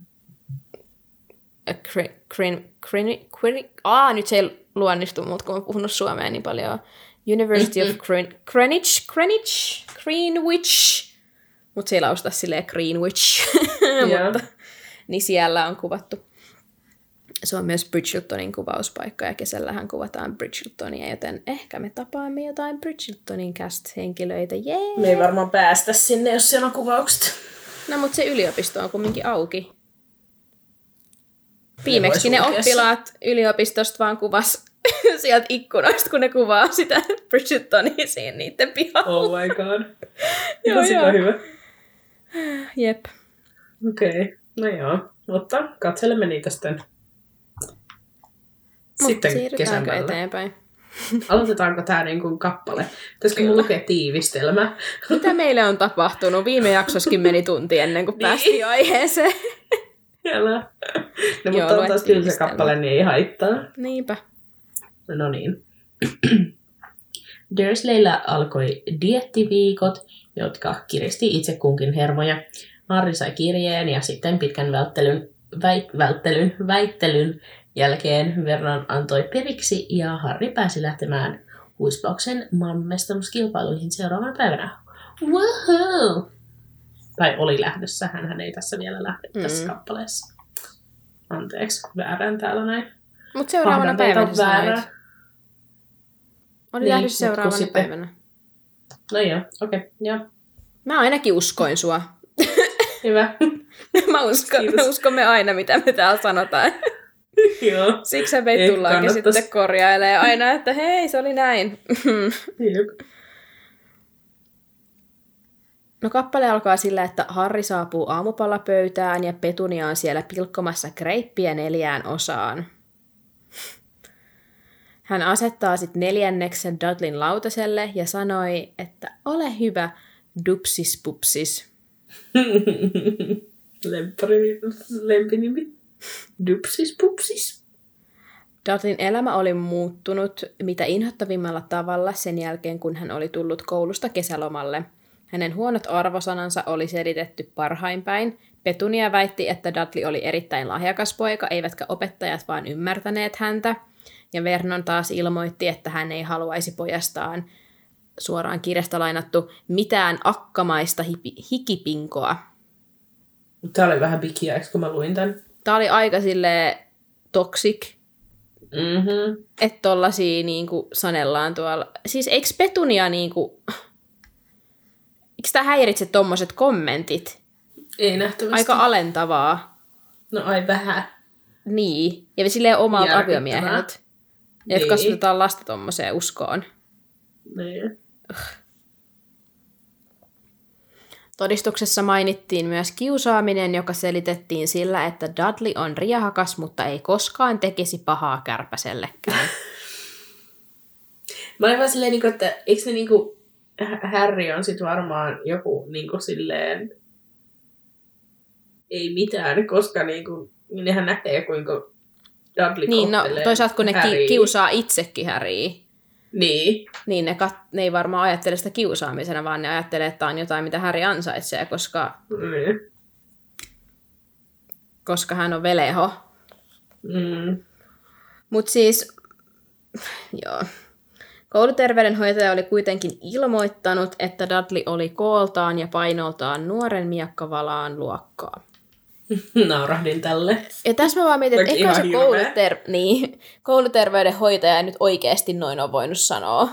Crin, Crin, Crin, Crin, Aa, nyt se ei luonnistu multa, kun mä oon puhunut suomea niin paljon. University of Crin, Greenwich, Greenwich, Greenwich. Mutta se ei lausuta silleen Greenwich. Mutta, niin siellä on kuvattu. Se on myös Bridgertonin kuvauspaikka ja kesällähän kuvataan Bridgertonia, joten ehkä me tapaamme jotain Bridgertonin cast-henkilöitä. Jee! Me ei varmaan päästä sinne, jos siellä on kuvaukset. No, mutta se yliopisto on kumminkin auki. Viimeksi ne voi sulkea oppilaat yliopistosta vaan kuvas sieltä ikkunoista, kun ne kuvaa sitä Bridgertonia siinä niiden pihalla. Oh my god. Joo, Ihan joo. hyvä. Jep. Okei. Okay. No joo. Mutta katselemme niitä sitten. Mutta Sitten siirrytäänkö kesämällä. eteenpäin? Aloitetaanko tää niin kuin kappale? Pitäisikö mun lukea tiivistelmä? Mitä meille on tapahtunut? Viime jaksossakin meni tunti ennen kuin päästiin aiheeseen. Älä. No Joo, mutta lue on taas kyllä se tiivistelmä. kappale, niin ei haittaa. Niinpä. No niin. Dursleyllä alkoi diettiviikot, jotka kiristi itse kunkin hermoja. Harry sai kirjeen ja sitten pitkän välttelyn, väit, välttelyn, väittelyn jälkeen Vernon antoi periksi ja Harry pääsi lähtemään huispauksen maailmanmestaruuskilpailuihin seuraavana päivänä. Woohoo! Tai oli lähdössä, hänhän ei tässä vielä lähde mm. tässä kappaleessa. Anteeksi, väärän täällä näin. Mutta seuraavana päivänä sä sanoit. Oli niin, lähdössä seuraavana sitten... päivänä. No joo, okei, okay, joo. Mä ainakin uskoin sua. Hyvä. Mä uskon, me uskomme aina, mitä me täällä sanotaan. Joo. Siksi me tullaankin kannattais... sitten korjailemaan aina, että hei, se oli näin. No kappale alkaa sillä, että Harry saapuu aamupalapöytään ja Petunia on siellä pilkkomassa kreippiä neljään osaan. Hän asettaa sitten neljänneksen Dudleyn lautaselle ja sanoi, että ole hyvä, dupsis pupsis. Lempari, lempinimi. Dupsis pupsis. Dudleyn elämä oli muuttunut mitä inhottavimmalla tavalla sen jälkeen, kun hän oli tullut koulusta kesälomalle. Hänen huonot arvosanansa oli selitetty parhain päin. Petunia väitti, että Dudley oli erittäin lahjakas poika, eivätkä opettajat vaan ymmärtäneet häntä. Ja Vernon taas ilmoitti, että hän ei haluaisi pojastaan, suoraan kirjasta lainattu, mitään akkamaista hipi- hikipinkoa. Tämä oli vähän bikiäksi, kun mä luin tämän. Tämä oli aika silleen toxic. Mm-hmm. Että tollasia niinku sanellaan tuolla. Siis eikö Petunia niinku... Eikö tämä häiritse tommoset kommentit? Ei nähtävästi. Aika alentavaa. No ai vähän. Niin. Ja silleen omalta aviomieheltä. Niin. Että kasvatetaan lasta tommoseen uskoon. Niin. Todistuksessa mainittiin myös kiusaaminen, joka selitettiin sillä, että Dudley on riehakas, mutta ei koskaan tekisi pahaa kärpäsellekään. Mä olin vaan silleen, että eikö ne niinku... Harry on sit varmaan joku niinku silleen... Ei mitään, koska niinku... Nehän näkee, kuinka Dudley niin, no kohtelee toisaalta kun ne Harryä. ki- kiusaa itsekin Harryä. Niin. Niin ne, kat- ne ei varmaan ajattele sitä kiusaamisena, vaan ne ajattelee, että on jotain, mitä Harry ansaitsee, koska, Mm. koska hän on veleho. Mm. Mutta siis, joo. Kouluterveydenhoitaja oli kuitenkin ilmoittanut, että Dudley oli kooltaan ja painoltaan nuoren miekkavalaan luokkaa. Naurahdin tälle. Ja tässä mä vaan mietin, että eikä se Ihan kouluter- niin, kouluterveydenhoitaja nyt oikeasti noin on voinut sanoa.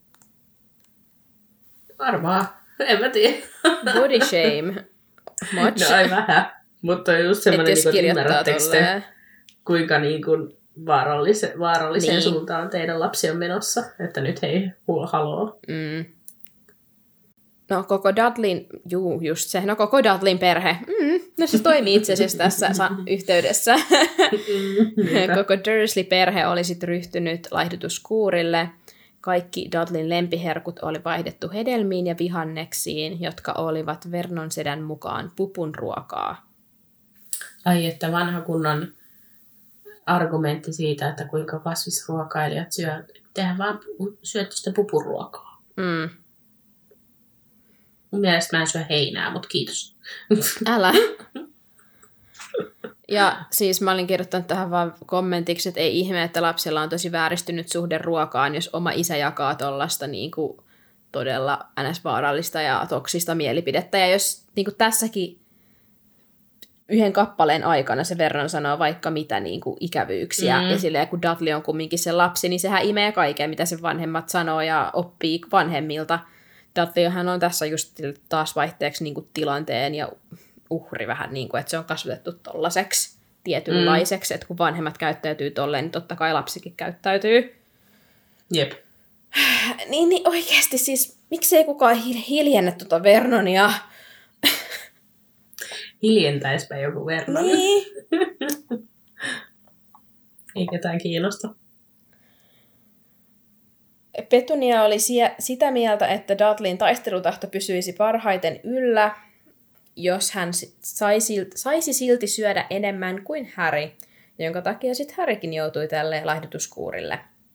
Varmaan. En mä tiedä. Body shame. Much. No ai vähän. Mutta on just semmoinen, Että jos niin kirjoittaa ymmärrättekö te, tolleen. kuinka niin kuin vaarallise- vaaralliseen Niin. suuntaan teidän lapsi on menossa. Että nyt hei, hulla haloo. Mm. No koko Dudleyn, juu just se, no koko Dudleyn perhe, mm, no se toimii itse asiassa tässä sa- yhteydessä. Mm, koko Dursley-perhe oli sitten ryhtynyt laihdutuskuurille. Kaikki Dudleyn lempiherkut oli vaihdettu hedelmiin ja vihanneksiin, jotka olivat Vernon sedän mukaan pupun ruokaa. Ai että vanha kunnon argumentti siitä, että kuinka kasvisruokailijat syö, tehdään vaan pu- syötte sitä pupuruokaa. Mm. Mun mielestä mä en syö heinää, mutta kiitos. Älä. Ja siis mä olin kirjoittanut tähän vaan kommentiksi, että ei ihme, että lapsella on tosi vääristynyt suhde ruokaan, jos oma isä jakaa tollaista niin kuin todella ns-vaarallista ja toksista mielipidettä. Ja jos niin kuin tässäkin yhden kappaleen aikana se Vernon sanoo vaikka mitä niin kuin ikävyyksiä, mm. ja silleen kun Dudley on kumminkin se lapsi, niin sehän imee kaiken, mitä sen vanhemmat sanoo ja oppii vanhemmilta. Dudleyhän on tässä just taas vaihteeksi niin kuin tilanteen ja uhri vähän, niin kuin, että se on kasvatettu tollaiseksi tietynlaiseksi, mm. että kun vanhemmat käyttäytyy tolleen, niin totta kai lapsikin käyttäytyy. Jep. Niin, niin oikeasti siis, miksei kukaan hiljennä tuota Vernonia? Hiljentäispä joku Vernon. Niin. Ei ketään kiinnosta. Petunia oli sie- sitä mieltä, että Dudleyn taistelutahto pysyisi parhaiten yllä, jos hän saisi, saisi silti syödä enemmän kuin Harry, jonka takia sitten Harrykin joutui tälle laihdutuskuurille.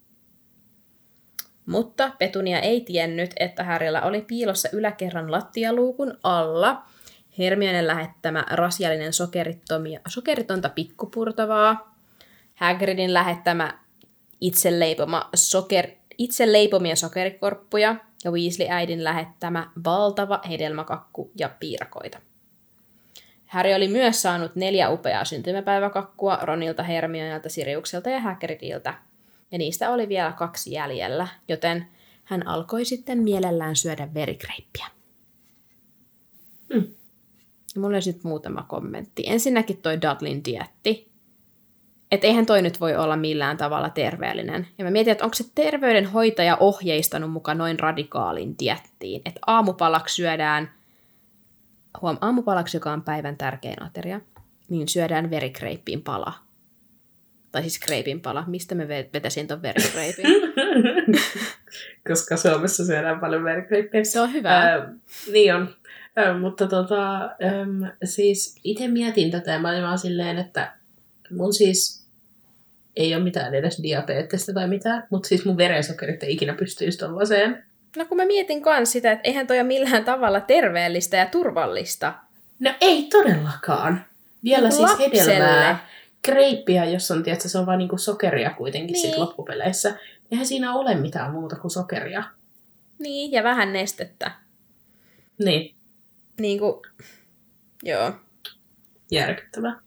Mutta Petunia ei tiennyt, että Harryllä oli piilossa yläkerran lattialuukun alla Hermionen lähettämä rasiallinen sokeritonta pikkupurtavaa, Hagridin lähettämä itse, leipoma soker, itse leipomia sokerikorppuja ja Weasley-äidin lähettämä valtava hedelmäkakku ja piirakoita. Harry oli myös saanut neljä upeaa syntymäpäiväkakkua Ronilta, Hermionelta, Siriukselta ja Hagridilta, ja niistä oli vielä kaksi jäljellä, joten hän alkoi sitten mielellään syödä verikreippiä. Mm. Mulla olisi nyt muutama kommentti. Ensinnäkin toi Dudleyn dieetti. Että eihän toi nyt voi olla millään tavalla terveellinen. Ja mä mietin, että onko se terveydenhoitaja ohjeistanut mukaan noin radikaalin dieettiin. Että aamupalaksi syödään, huom, aamupalaksi, joka on päivän tärkein ateria, niin syödään verikreippiin pala. Tai siis kreipin pala. Mistä me vetäisin ton verikreipin? Koska Suomessa syödään paljon verikreippiä. Se on hyvä. Äh, niin on. Äh, mutta tota, ähm, siis itse mietin tätä ja mä olin vaan silleen, että mun siis ei ole mitään edes diabeettista tai mitään, mutta siis mun verensokerit ei ikinä pystyisi tollaiseen. No kun mä mietin kans sitä, että eihän toi ole millään tavalla terveellistä ja turvallista. No ei todellakaan. Vielä Niin siis lapselle. hedelmää, kreippiä, jos on, tiedätkö, se on vaan niinku sokeria kuitenkin Niin. sit loppupeleissä. Eihän siinä ole mitään muuta kuin sokeria. Niin, ja vähän nestettä. Niin, Niin kuin, joo. järkyttävää.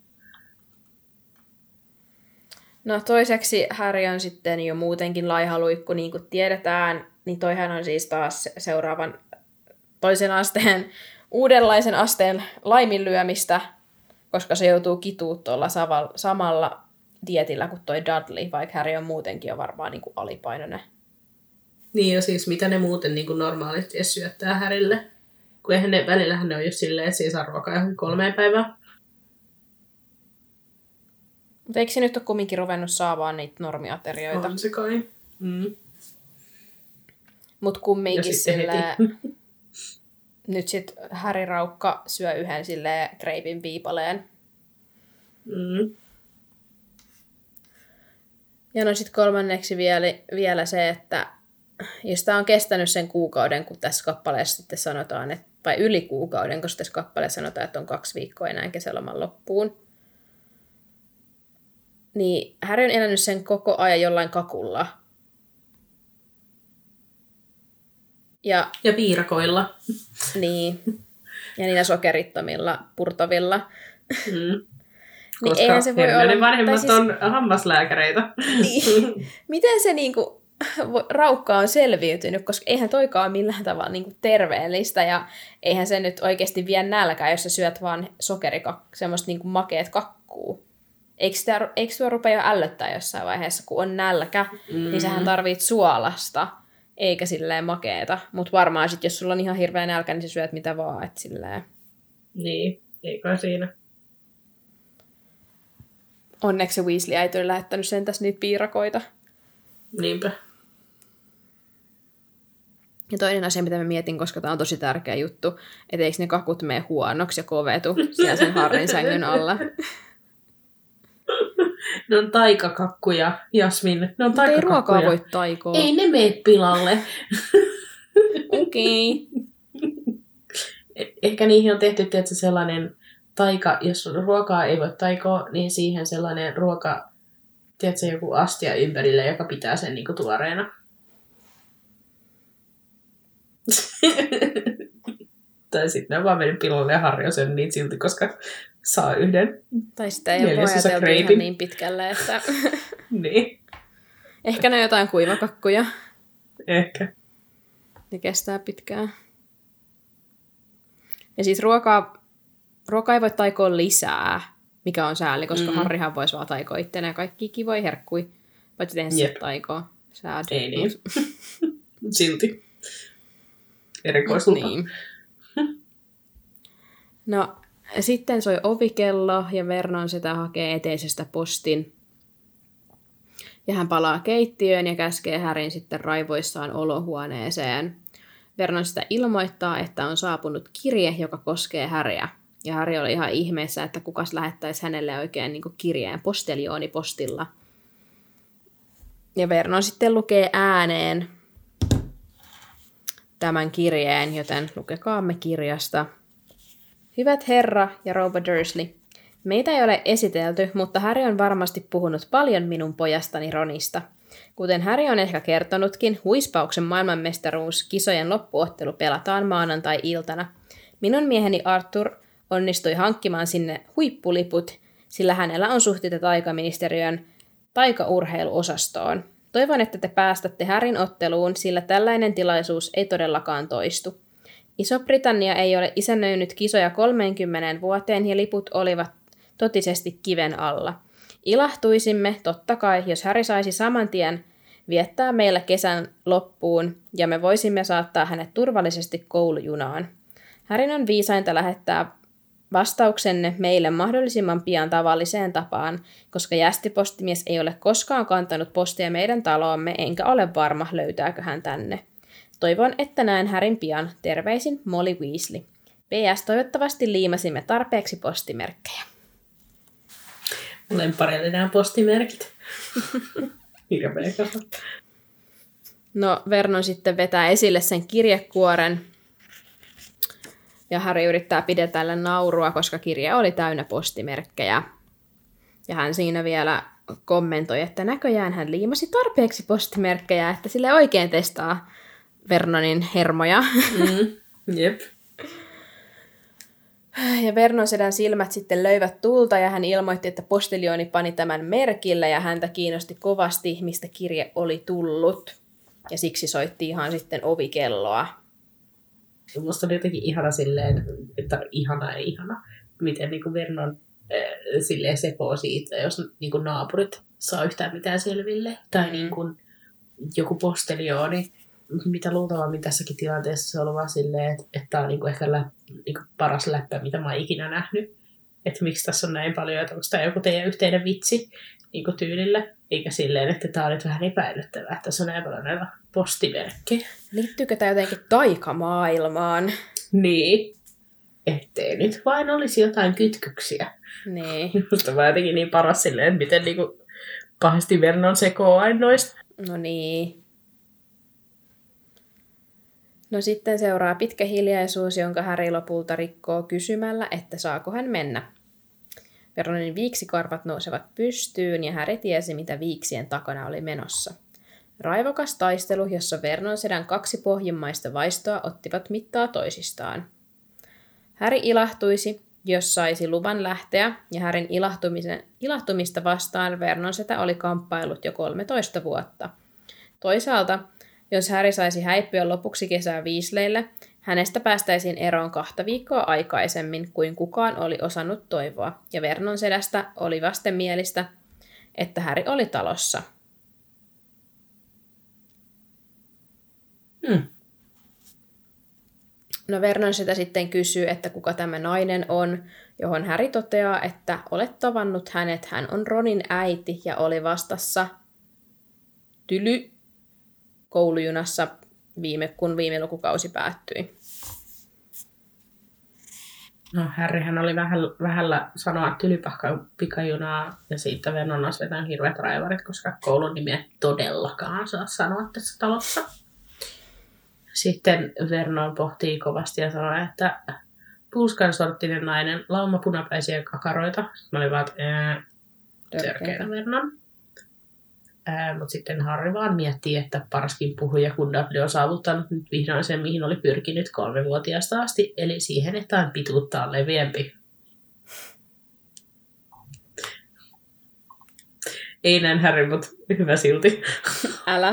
No toiseksi Harry on sitten jo muutenkin laihaluikku, niin kuin tiedetään, niin toihan on siis taas seuraavan toisen asteen, uudenlaisen asteen laiminlyömistä, koska se joutuu kituut tuolla samalla dietillä kuin toi Dudley, vaikka Harry on muutenkin jo varmaan niin kuin alipainoinen. Niin ja siis mitä ne muuten niin kuin normaalisti edes syöttää Härille. Kun eihän ne, välillähän ne on just silleen, että siinä saa ruokaa johonkin kolmeen päivään. Mutta eikö se nyt ole kumminkin ruvennut saamaan niitä normiaterioita? On se kai. Mm. Mutta kumminkin Ja sitten silleen, heti. nyt sitten Harry Raukka syö yhden silleen kreipin viipaleen. Mm. Ja no sitten kolmanneksi vielä, vielä se, että jos tämä on kestänyt sen kuukauden, kun tässä kappaleessa sitten sanotaan, että, vai yli kuukauden, koska tässä kappaleessa sanotaan, että on kaksi viikkoa enää kesäloman loppuun, niin Harry on elänyt sen koko ajan jollain kakulla. Ja, Ja piirakoilla. niin, ja niillä sokerittomilla purtavilla. Mm. Niin Koska eihän se voi Hermionen olla- vanhemmat tai siis- on hammaslääkäreitä. Niin. Miten se niinku, Raukka on selviytynyt, koska eihän toikaan ole millään tavalla niinku terveellistä ja eihän se nyt oikeasti vie nälkää, jos sä syöt vaan sokerikak- semmoista niinku makeet kakkuu. Eikö, sitä, eikö tuo rupea jo ällöttää jossain vaiheessa, kun on nälkä, mm. niin sähän tarvit suolasta, eikä silleen makeeta. Mutta varmaan sit, jos sulla on ihan hirveä nälkä, niin sä syöt mitä vaan, et silleen. Niin, ei kai siinä. Onneksi se Weasley-äiti oli lähettänyt sentäs niitä piirakoita. Niinpä. Ja toinen asia, mitä mä mietin, koska tämä on tosi tärkeä juttu, että eikö ne kakut mene huonoksi ja kovetu siellä sen Harryn sängyn alla. Ne on taikakakkuja, Jasmin. Ne on Mutta ei ruokaa taikakakkuja. voi taikoa. Ei ne mene pilalle. Okei. Eh- Ehkä niihin on tehty tietysti sellainen taika, jos ruokaa ei voi taikoa, niin siihen sellainen ruoka, tiedätkö, joku astia ympärille, joka pitää sen niinku tuoreena. Tai sitten ne on vaan mennyt pilalle ja Harri on syönyt niitä silti, koska saa yhden. Tai sitä ei ole Neljäsosa ajateltu ihan kreipin. niin pitkälle, että Niin, ehkä ne on jotain kuivakakkuja. ehkä. Ne kestää pitkään. Ja siis ruokaa, ruokaa ei voi taikoa lisää, mikä on sääli, koska mm. Harrihan voisi vaan taikoa ittenään kaikki kivoja herkkui. Paitsi tehdä se Jep. taikoa. Sad. Ei niin. Silti. Erikoislupa. Niin. No, sitten soi ovikello ja Vernon sitä hakee eteisestä postin. Ja hän palaa keittiöön ja käskee Harryn sitten raivoissaan olohuoneeseen. Vernon sitä ilmoittaa, että on saapunut kirje, joka koskee Harryä. Ja Harry oli ihan ihmeessä, että kukas lähettäisi hänelle oikein niin kuin kirjeen posteljoonipostilla. Ja Vernon sitten lukee ääneen tämän kirjeen, joten lukekaamme kirjasta. Hyvät herra ja rouva Dursley, meitä ei ole esitelty, mutta Harry on varmasti puhunut paljon minun pojastani Ronista. Kuten Harry on ehkä kertonutkin, huispauksen maailmanmestaruus kisojen loppuottelu pelataan maanantai-iltana. Minun mieheni Arthur onnistui hankkimaan sinne huippuliput, sillä hänellä on suhteita taikaministeriön taikaurheiluosastoon. Toivon, että te päästätte Harryn otteluun, sillä tällainen tilaisuus ei todellakaan toistu. Iso-Britannia ei ole isännöinyt kisoja kolmeenkymmeneen vuoteen ja liput olivat totisesti kiven alla. Ilahtuisimme totta kai, jos Harry saisi saman tien viettää meillä kesän loppuun ja me voisimme saattaa hänet turvallisesti koulujunaan. Harryn on viisainta lähettää vastauksenne meille mahdollisimman pian tavalliseen tapaan, koska jästipostimies ei ole koskaan kantanut postia meidän taloomme, enkä ole varma, löytääkö hän tänne. Toivon, että näen Harryn pian. Terveisin Molly Weasley. P S. Toivottavasti liimasimme tarpeeksi postimerkkejä. Lempari oli nämä postimerkit. Hirveä kasa. No, Vernon sitten vetää esille sen kirjekuoren. Ja Harry yrittää pidetellä naurua, koska kirja oli täynnä postimerkkejä. Ja hän siinä vielä kommentoi, että näköjään hän liimasi tarpeeksi postimerkkejä, että sille oikein testaa Vernonin hermoja. Mm, jep. Ja Vernon sedän silmät sitten löivät tulta ja hän ilmoitti, että postiljooni pani tämän merkille ja häntä kiinnosti kovasti, mistä kirje oli tullut. Ja siksi soitti ihan sitten ovikelloa. Musta oli jotenkin ihana silleen, että ihana ja ihana, miten niin kuin Vernon äh, silleen sekoo siitä, jos niin kuin naapurit saa yhtään mitään selville. Tai mm. niin kuin joku posteljooni, mitä luultavammin tässäkin tilanteessa se on ollut vaan silleen, että, että tämä on niin kuin ehkä lä, niin kuin paras läppä, mitä mä oon ikinä nähnyt. Että miksi tässä on näin paljon, että onko tämä joku teidän yhteinen vitsi niin kuin tyylillä. Eikä silleen, että tämä on nyt vähän epäilyttävää, että tässä on näin paljon näitä postimerkkejä. Liittyykö tämä jotenkin taikamaailmaan? Niin. Ettei nyt vain olisi jotain kytköksiä. Niin. Musta vaan jotenkin niin paras silleen, että miten niinku pahasti Vernon sekoo aina noista. No niin. No sitten seuraa pitkä hiljaisuus, jonka Harry lopulta rikkoo kysymällä, että saako hän mennä. Vernonin viiksikarvat nousevat pystyyn ja Harry tiesi, mitä viiksien takana oli menossa. Raivokas taistelu, jossa Vernon sedän kaksi pohjimmaista vaistoa ottivat mittaa toisistaan. Harry ilahtuisi, jos saisi luvan lähteä, ja Harryn ilahtumista vastaan Vernon setä oli kamppailut jo kolmetoista vuotta. Toisaalta, jos Harry saisi häipyä lopuksi kesää Weasleylle, hänestä päästäisiin eroon kahta viikkoa aikaisemmin kuin kukaan oli osannut toivoa, ja Vernon sedästä oli vastenmielistä, että Harry oli talossa. Hmm. No Vernon sitä sitten kysyy, että kuka tämä nainen on, johon Harry toteaa, että olet tavannut hänet, hän on Ronin äiti ja oli vastassa tyly koulujunassa, viime, kun viime lukukausi päättyi. No Harryhän oli vähän, vähällä sanoa tylypahka pikajunaa ja siitä Vernon olisi vetänyt hirveät raivarit, koska koulun nimiä todellakaan saa sanoa tässä talossa. Sitten Vernon pohtii kovasti ja sanoo, että puuskan sorttinen nainen, lauma punapäisiä kakaroita. Mä olin vaan, että törkeä Vernon. Mutta sitten Harry vaan miettii, että paraskin puhuja, kun Dudley on saavuttanut nyt vihdoin sen, mihin oli pyrkinyt kolmevuotiaasta asti, eli siihen, että on pituuttaan leviämpi. Ei näin Harry, mutta hyvä silti. Älä.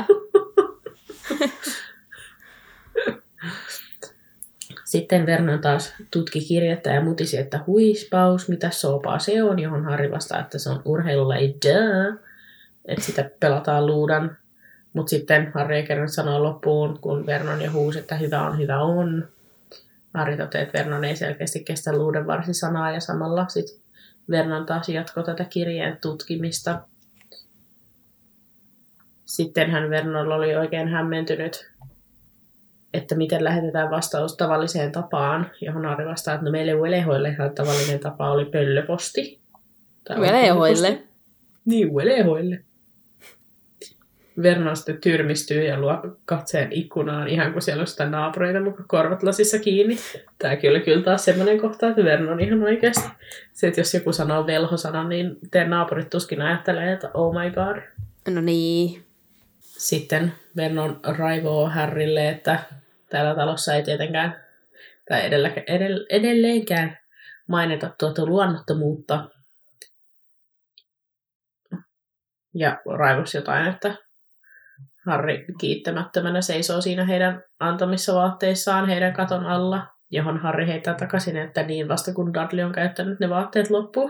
Sitten Vernon taas tutki kirjettä ja mutisi, että huispaus, mitä soopaa se on, johon Harry vastaa, että se on urheilulaji, duh, että sitä pelataan luudan. Mutta sitten Harry ei kerran sanoa loppuun, kun Vernon jo huusi, että hyvä on, hyvä on. Harry toteaa, että Vernon ei selkeästi kestä luuden varsisanaa ja samalla sitten Vernon taas jatkoi tätä kirjeen tutkimista. Sittenhän Vernon oli oikein hämmentynyt, että miten lähetetään vastaus tavalliseen tapaan, johon Harry vastaa, että no meille velehoille tavallinen tapa oli pöllöposti. Velehoille? Niin, velehoille. Vernon sitten tyrmistyy ja luo katseen ikkunaan ihan kuin siellä on sitä naapureita muka korvat lasissa kiinni. Tää kyllä kyllä taas semmoinen kohta, että Vernon ihan oikeasti. Se, että jos joku sanoo velhosanan, niin teidän naapurit tuskin ajattelee, että oh my god. No niin. Sitten Vernon raivoo Harrylle, että täällä talossa ei tietenkään, tai edellä, edell, edelleenkään mainita tuota luonnottomuutta. Ja raivos jotain, että Harry kiittämättömänä seisoo siinä heidän antamissa vaatteissaan heidän katon alla, johon Harry heittää takaisin, että niin vasta kun Dudley on käyttänyt ne vaatteet loppuun.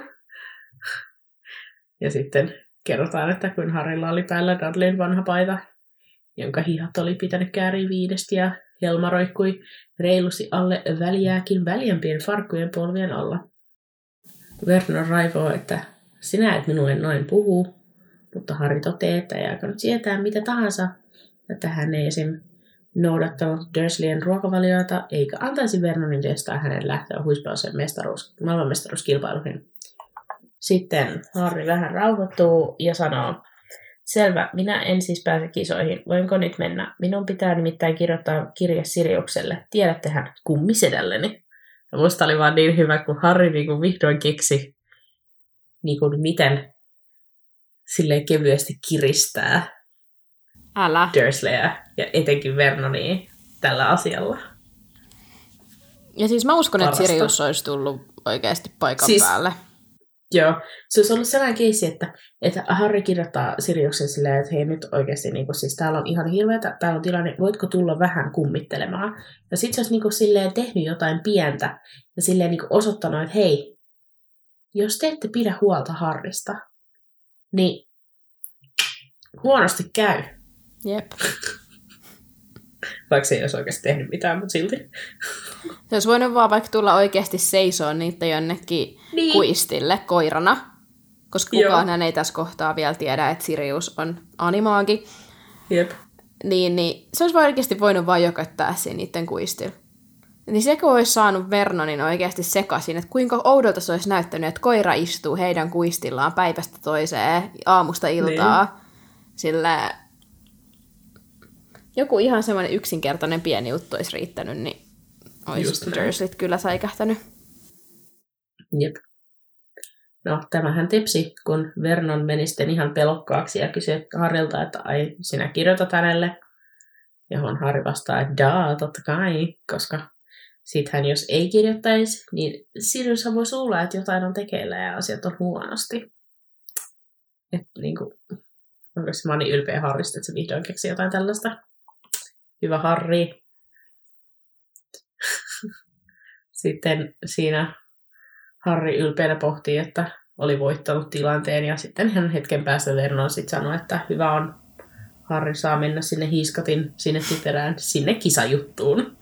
Ja sitten kerrotaan, että kun Harrylla oli päällä Dudleyn vanha paita, jonka hihat oli pitänyt kääriä viidesti ja helma roikkui reilusti alle väliääkin väljempien farkkujen polvien alla. Vernon raivoo, että sinä et minulle noin puhu, mutta Harry toteaa, että ei aikanut sietää mitä tahansa, että hän ei esim. Noudattanut Dursleyen ruokavalioita, eikä antaisi Vernonin testaa hänen lähtöä huispauseen mestaruus, maailmanmestaruuskilpailuihin. Sitten Harry vähän rauhoittuu ja sanoo, selvä, minä en siis pääse kisoihin. Voinko nyt mennä? Minun pitää nimittäin kirjoittaa kirje Siriukselle. Tiedättehän, kummisedälleni. Ja musta oli vaan niin hyvä, kun Harry niin kuin vihdoin keksi, niin kuin miten silleen kevyesti kiristää Älä. Dursleyä ja etenkin Vernonia tällä asialla. Ja siis mä uskon, Parasta. että Sirius olisi tullut oikeasti paikan Siis, päälle. Joo, se olisi ollut sellainen keissi, että, että Harry kirjoittaa Siriuksen silleen, että hei nyt oikeasti, niin kuin, siis täällä on ihan hirveätä, täällä on tilanne, voitko tulla vähän kummittelemaan? Ja sitten se olisi niin kuin, silleen tehnyt jotain pientä ja silleen niin kuin, osoittanut, että hei, jos te ette pidä huolta Harrysta, niin huonosti käy. Jep. Vaikka se ei olisi oikeasti tehnyt mitään, mutta silti. Se olisi voinut vaan vaikka tulla oikeasti seisoon niitä jonnekin Niin. kuistille koirana, koska Joo. kukaan hän ei tässä kohtaa vielä tiedä, että Sirius on animaagi. Jep. Niin, niin se olisi oikeasti voinut vaan jököttää siinä niiden kuistilla. Niin sekö olisi saanut Vernonin oikeasti sekaisin, että kuinka oudolta se olisi näyttänyt, että koira istuu heidän kuistillaan päivästä toiseen, aamusta iltaa. Niin. Sillä joku ihan semmoinen yksinkertainen pieni juttu olisi riittänyt, niin olisi Dursleyt kyllä säikähtänyt. Jep. No, tämähän tepsi, kun Vernon meni sitten ihan pelokkaaksi ja kysyi Harrylta, että ai, sinä kirjoitat hänelle. Johon Harry vastaa, että daa, totta kai, koska sittenhän jos ei kirjoittaisi, niin Siriushan voisi luulla, että jotain on tekeillä ja asiat on huonosti. Että niinku, oikeasti mä oon niin ylpeä Harrysta, että se vihdoin keksi jotain tällaista. Hyvä Harry. Sitten siinä Harry ylpeänä pohtii, että oli voittanut tilanteen ja sitten hän hetken päästä Vernon sitten sanoi, että hyvä on, Harry saa mennä sinne hiiskatin, sinne typerään, sinne kisajuttuun.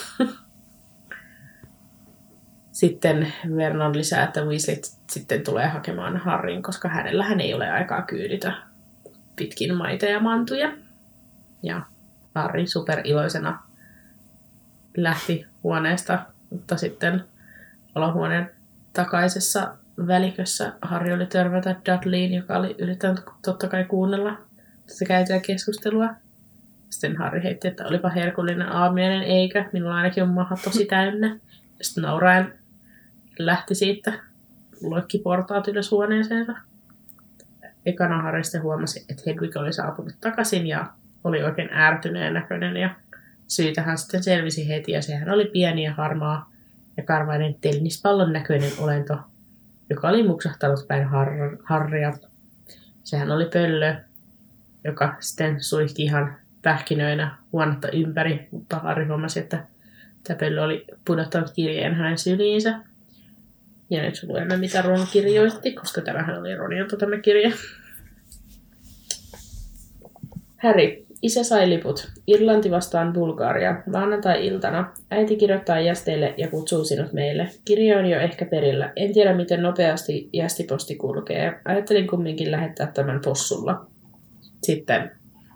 Sitten Vernon lisää, että Weasleyt sitten tulee hakemaan Harryn, koska hänellähän ei ole aikaa kyyditä pitkin maita ja mantuja. Ja Harry superiloisena lähti huoneesta, mutta sitten olohuoneen takaisessa välikössä Harry oli törmätä Dudleyin, joka oli yrittänyt totta kai kuunnella tätä käytyä keskustelua. Sitten Harry heitti, että olipa herkullinen aamiainen eikä, minulla ainakin on maha tosi täynnä. Sitten nauraen lähti siitä, loikki portaat ylös huoneeseensa. Ekana Harry sitten huomasi, että Hedwig oli saapunut takaisin ja oli oikein ärtyneen näköinen. Ja syytä hän sitten selvisi heti, ja sehän oli pieni ja harmaa ja karvainen tennispallon näköinen olento, joka oli muksahtanut päin har- Harrya. Sehän oli pöllö, joka sitten suihki ihan pähkinöinä huonetta ympäri, mutta Harry huomasi, että tämä pöllö oli pudottanut kirjeen hänen syliinsä. Ja nyt luemme, mitä Ron kirjoitti, koska tämähän oli Ronilta tämä kirje. Harry, isä sai liput. Irlanti vastaan Bulgaria. Maanantai-iltana. Äiti kirjoittaa jästeille ja kutsuu sinut meille. Kirje on jo ehkä perillä. En tiedä, miten nopeasti jästiposti kulkee. Ajattelin kumminkin lähettää tämän possulla. Sitten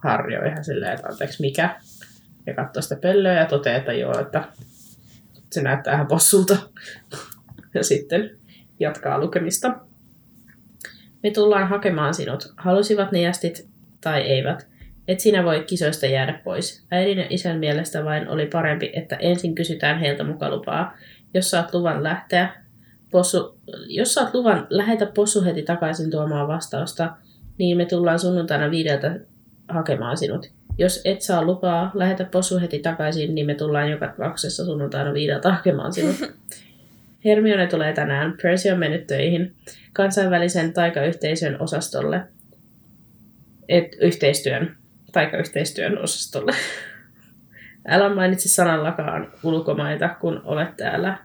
Harry on ihan silleen, että anteeksi mikä. Ja katsoo sitä pöllöä ja toteaa, että joo, että se näyttää ihan possulta. Ja sitten jatkaa lukemista. Me tullaan hakemaan sinut. Halusivat ne jästit tai eivät. Et sinä voi kisoista jäädä pois. Äidin ja isän mielestä vain oli parempi, että ensin kysytään heiltä mukalupaa. Jos saat luvan lähteä, possu, jos saat luvan lähetä possu heti takaisin tuomaan vastausta, niin me tullaan sunnuntaina viideltä hakemaan sinut. Jos et saa lupaa, lähetä possu heti takaisin, niin me tullaan joka tapauksessa sunnuntaina viideltä hakemaan sinut. Hermione tulee tänään. Percy on mennyt töihin kansainvälisen taikayhteisön osastolle. Et yhteistyön, taikayhteistyön osastolle. Älä mainitse sanallakaan ulkomaita, kun olet täällä.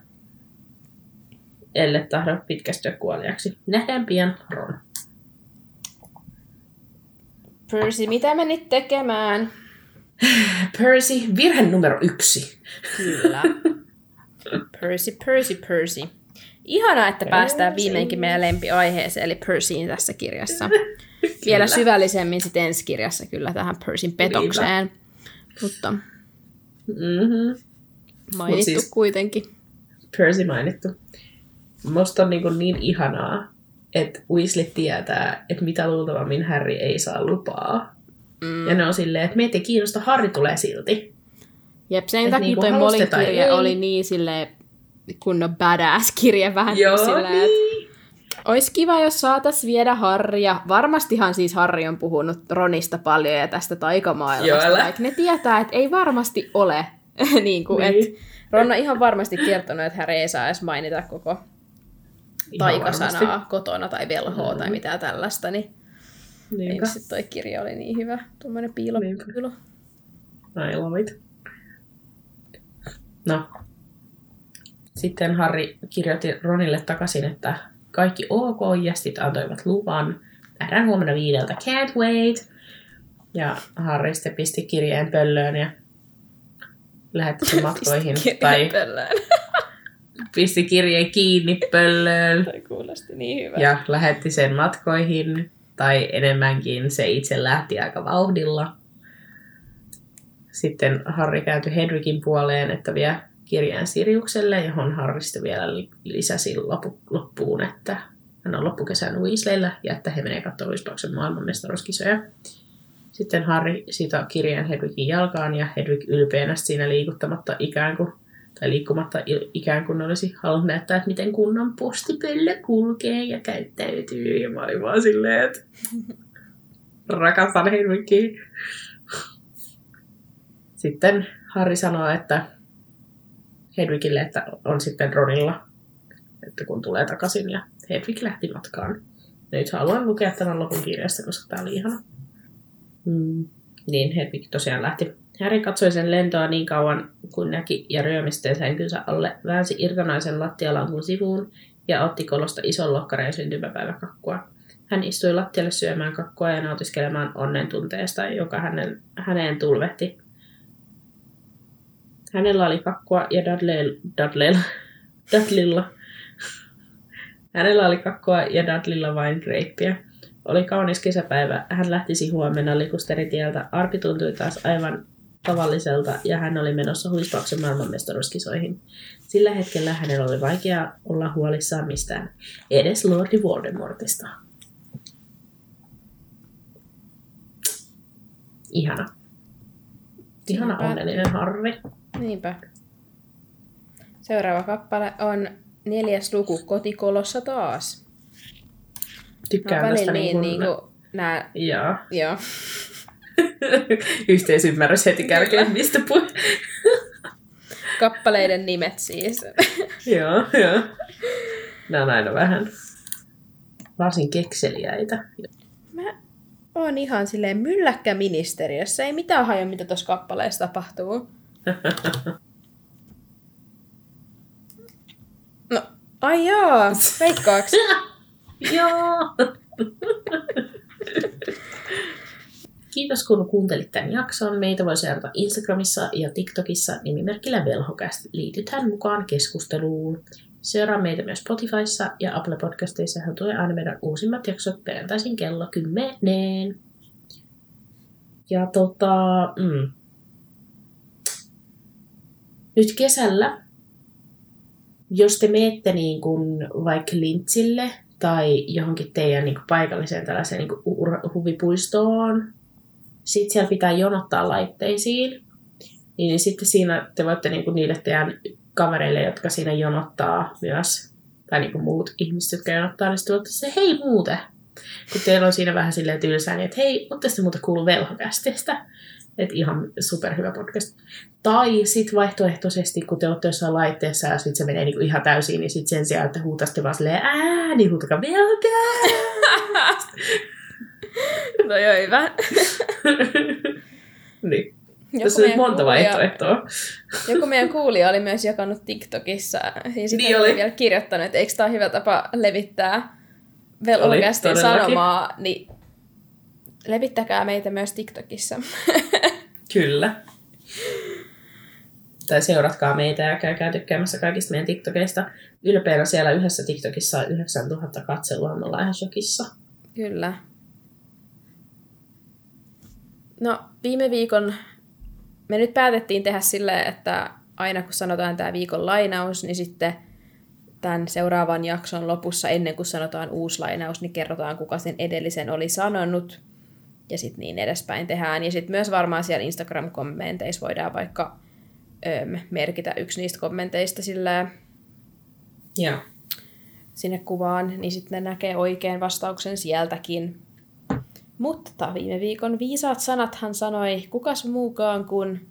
Elle tahdo pitkästyä kuoliaksi. Nähdään pian, Ron. Percy, mitä menit tekemään? Percy, virhe numero yksi. Kyllä. Percy, Percy, Percy. Ihanaa, että Percy. Päästään viimeinkin meidän lempiaiheeseen, eli Percyin tässä kirjassa. Vielä syvällisemmin sitten ensi kirjassa kyllä tähän Percyn petokseen. Niinpä. Mutta mm-hmm. mainittu Mut siis kuitenkin. Percy mainittu. Musta on niin, niin ihanaa, että Weasley tietää, että mitä luultavammin Harry ei saa lupaa. Mm. Ja ne on silleen, että meitä ei kiinnosta, Harry tulee silti. Jep, sen takia niin toi Molin kirje oli niin silleen kunnon badass-kirje vähän. Joo, silleen, niin. Olisi kiva, jos saatais viedä Harrya. Varmastihan siis Harry on puhunut Ronista paljon ja tästä taikamaailmasta. Vaikka ne tietää, että ei varmasti ole. niin kuin, niin. Et Ron on ihan varmasti kertonut, että Harry ei saa edes mainita koko taikasanaa kotona tai velhoa mm-hmm. tai mitään tällaista. Niin, niin sitten toi kirja oli niin hyvä. Tuommoinen piilopylo. I love it. No. Sitten Harry kirjoitti Ronille takaisin, että kaikki ok-jästit antoivat luvan. Nähdään huomenna viideltä. Can't wait. Ja Harry sitten pisti kirjeen pöllöön ja lähetti sen matkoihin. tai pisti kirjeen kiinni pöllöön. Toi kuulosti niin hyvä. Ja lähetti sen matkoihin. Tai enemmänkin se itse lähti aika vauhdilla. Sitten Harry kääntyi Hedwigin puoleen, että vie kirjeen Siriukselle, johon Harry sitten vielä lisäsi loppuun, että hän on loppukesän Weasleyllä ja että he menee katsomaan Whispaksen maailmanmestaruuskisoja. Sitten Harry sitoi kirjeen Hedwigin jalkaan ja Hedwig ylpeänä siinä liikuttamatta ikään kuin, tai liikkumatta ikään kuin olisi halunnut näyttää, että miten kunnon postipöllö kulkee ja käyttäytyy. Ja mä olin vaan silleen, että rakastan Hedwigia. Sitten Harry sanoo, että Hedwigille, että on sitten Ronilla, että kun tulee takaisin, ja Hedwig lähti matkaan. Nyt haluan lukea tämän lopun kirjasta, koska tämä oli ihana. Mm. Niin, Hedwig tosiaan lähti. Harry katsoi sen lentoa niin kauan, kun näki ja ryömisteen sänkynsä alle, väänsi irtonaisen lattialankun sivuun ja otti kolosta ison lohkareen syntymäpäiväkakkua. Hän istui lattialle syömään kakkua ja nautiskelemaan onnen tunteesta, joka hänen, häneen tulvehti. Hänellä oli kakkua ja Dudley, Dudleylla, Dudleylla. Hänellä oli kakkua ja Dudleylla vain greippiä. Oli kaunis kesäpäivä. Hän lähtisi huomenna Likusteritieltä. Arpi tuntui taas aivan tavalliselta ja hän oli menossa Huispaksen maailmanmestaruuskisoihin. Sillä hetkellä hänellä oli vaikea olla huolissaan mistään, edes Lordi Voldemortista. Ihana. Ihana Niinpä. Onnellinen Harry. Niinpä. Seuraava kappale on neljäs luku Kotikolossa taas. Tykkään no, tästä niin, niin kuin nää... Joo. Joo. Yhteisymmärrys heti kärkeen, mistä puhuu. Kappaleiden nimet siis. Joo, joo. Nämä on aina vähän varsin kekseliäitä. Mä oon ihan silleen mylläkkä ministeriössä. Ei mitään hajoa, mitä tuossa kappaleessa tapahtuu. No, ai jaa, veikkaaks? Joo. Kiitos kun kuuntelit tämän jakson. Meitä voi seurata Instagramissa ja TikTokissa nimimerkillä Velhocast. Liitytään mukaan keskusteluun. Seuraa meitä myös Spotifyssa ja Apple Podcasteissa. Hän tulee aina meidän uusimmat jaksot perjantaisin kello kymmenen. Ja tota, mm. nyt kesällä, jos te meette niin kun vaikka Lintsille tai johonkin teidän niin kun paikalliseen tällaiseen niin kun huvipuistoon, sitten siellä pitää jonottaa laitteisiin, niin, niin sitten siinä te voitte niin kun niille teidän kavereille, jotka siinä jonottaa myös, tai niin kun muut ihmiset, jotka jonottaa, niin sitten voitte se, hei muuten. Kun teillä on siinä vähän silleen tylsää, niin että hei, ootte sitten muuten kuullut Velhokästistä. Että ihan superhyvä podcast. Tai sitten vaihtoehtoisesti, kun te olette jossain laitteessa ja sitten se menee niinku ihan täysin, niin sitten sen sijaan, että huutaisitte vaan silleen, ää, niin huutakaa Velhokäst. No joo, hyvä. Niin. Tässä on nyt monta kuulija, vaihtoehtoa. Joku meidän kuulija oli myös jakanut TikTokissa. Ja sitten niin oli vielä kirjoittanut, että eikö tämä ole hyvä tapa levittää Velhokästin sanomaa, niin levittäkää meitä myös TikTokissa. Kyllä. Tai seuratkaa meitä ja käykää tykkäämässä kaikista meidän TikTokeista. Ylpeänä siellä yhdessä TikTokissa on yhdeksäntuhatta katselua, me ollaan ihan shokissa. Kyllä. No, viime viikon me nyt päätettiin tehdä silleen, että aina kun sanotaan tämä viikon lainaus, niin sitten tämän seuraavan jakson lopussa, ennen kuin sanotaan uusi lainaus, niin kerrotaan, kuka sen edellisen oli sanonut. Ja sitten niin edespäin tehdään. Ja sitten myös varmaan siellä Instagram-kommenteissa voidaan vaikka öö, merkitä yksi niistä kommenteista silleen, yeah. sinne kuvaan, niin sitten ne näkee oikein vastauksen sieltäkin. Mutta viime viikon viisaat sanathan sanoi, kukas muukaan kuin...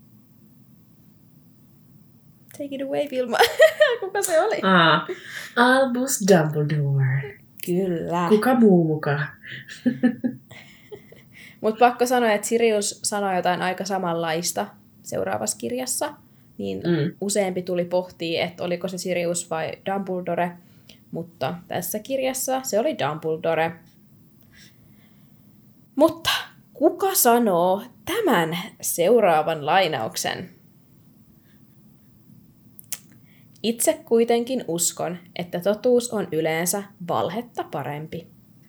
Take it away, Vilma. Kuka se oli? Ah, Albus Dumbledore. Kyllä. Kuka muu mukaan? Mutta pakko sanoa, että Sirius sanoi jotain aika samanlaista seuraavassa kirjassa. Niin mm. useampi tuli pohtia, että oliko se Sirius vai Dumbledore. Mutta tässä kirjassa se oli Dumbledore. Mutta kuka sanoo tämän seuraavan lainauksen? Itse kuitenkin uskon, että totuus on yleensä valhetta parempi.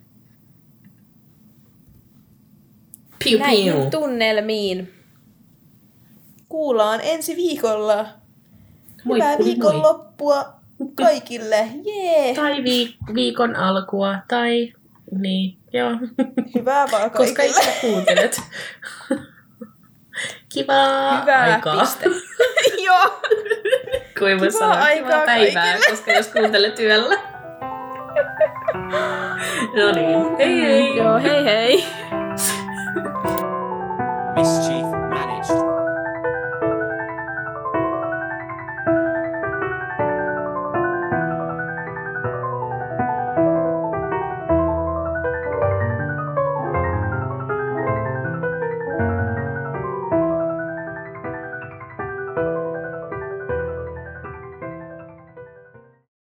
Piu, Näihin piu. tunnelmiin kuullaan ensi viikolla. Moi, Hyvää moi, viikonloppua kaikille. Jee! Tai viik- viikon alkua, tai niin, joo. Hyvää vaan kaikille. Koska itse kuuntelet. Kivaa Hyvää aikaa. piste. Joo. Kuin voi sanoa, aikaa kivaa päivää, kaikille. koska jos kuuntelet yöllä. No niin, hei hei. Joo, hei hei. Mischief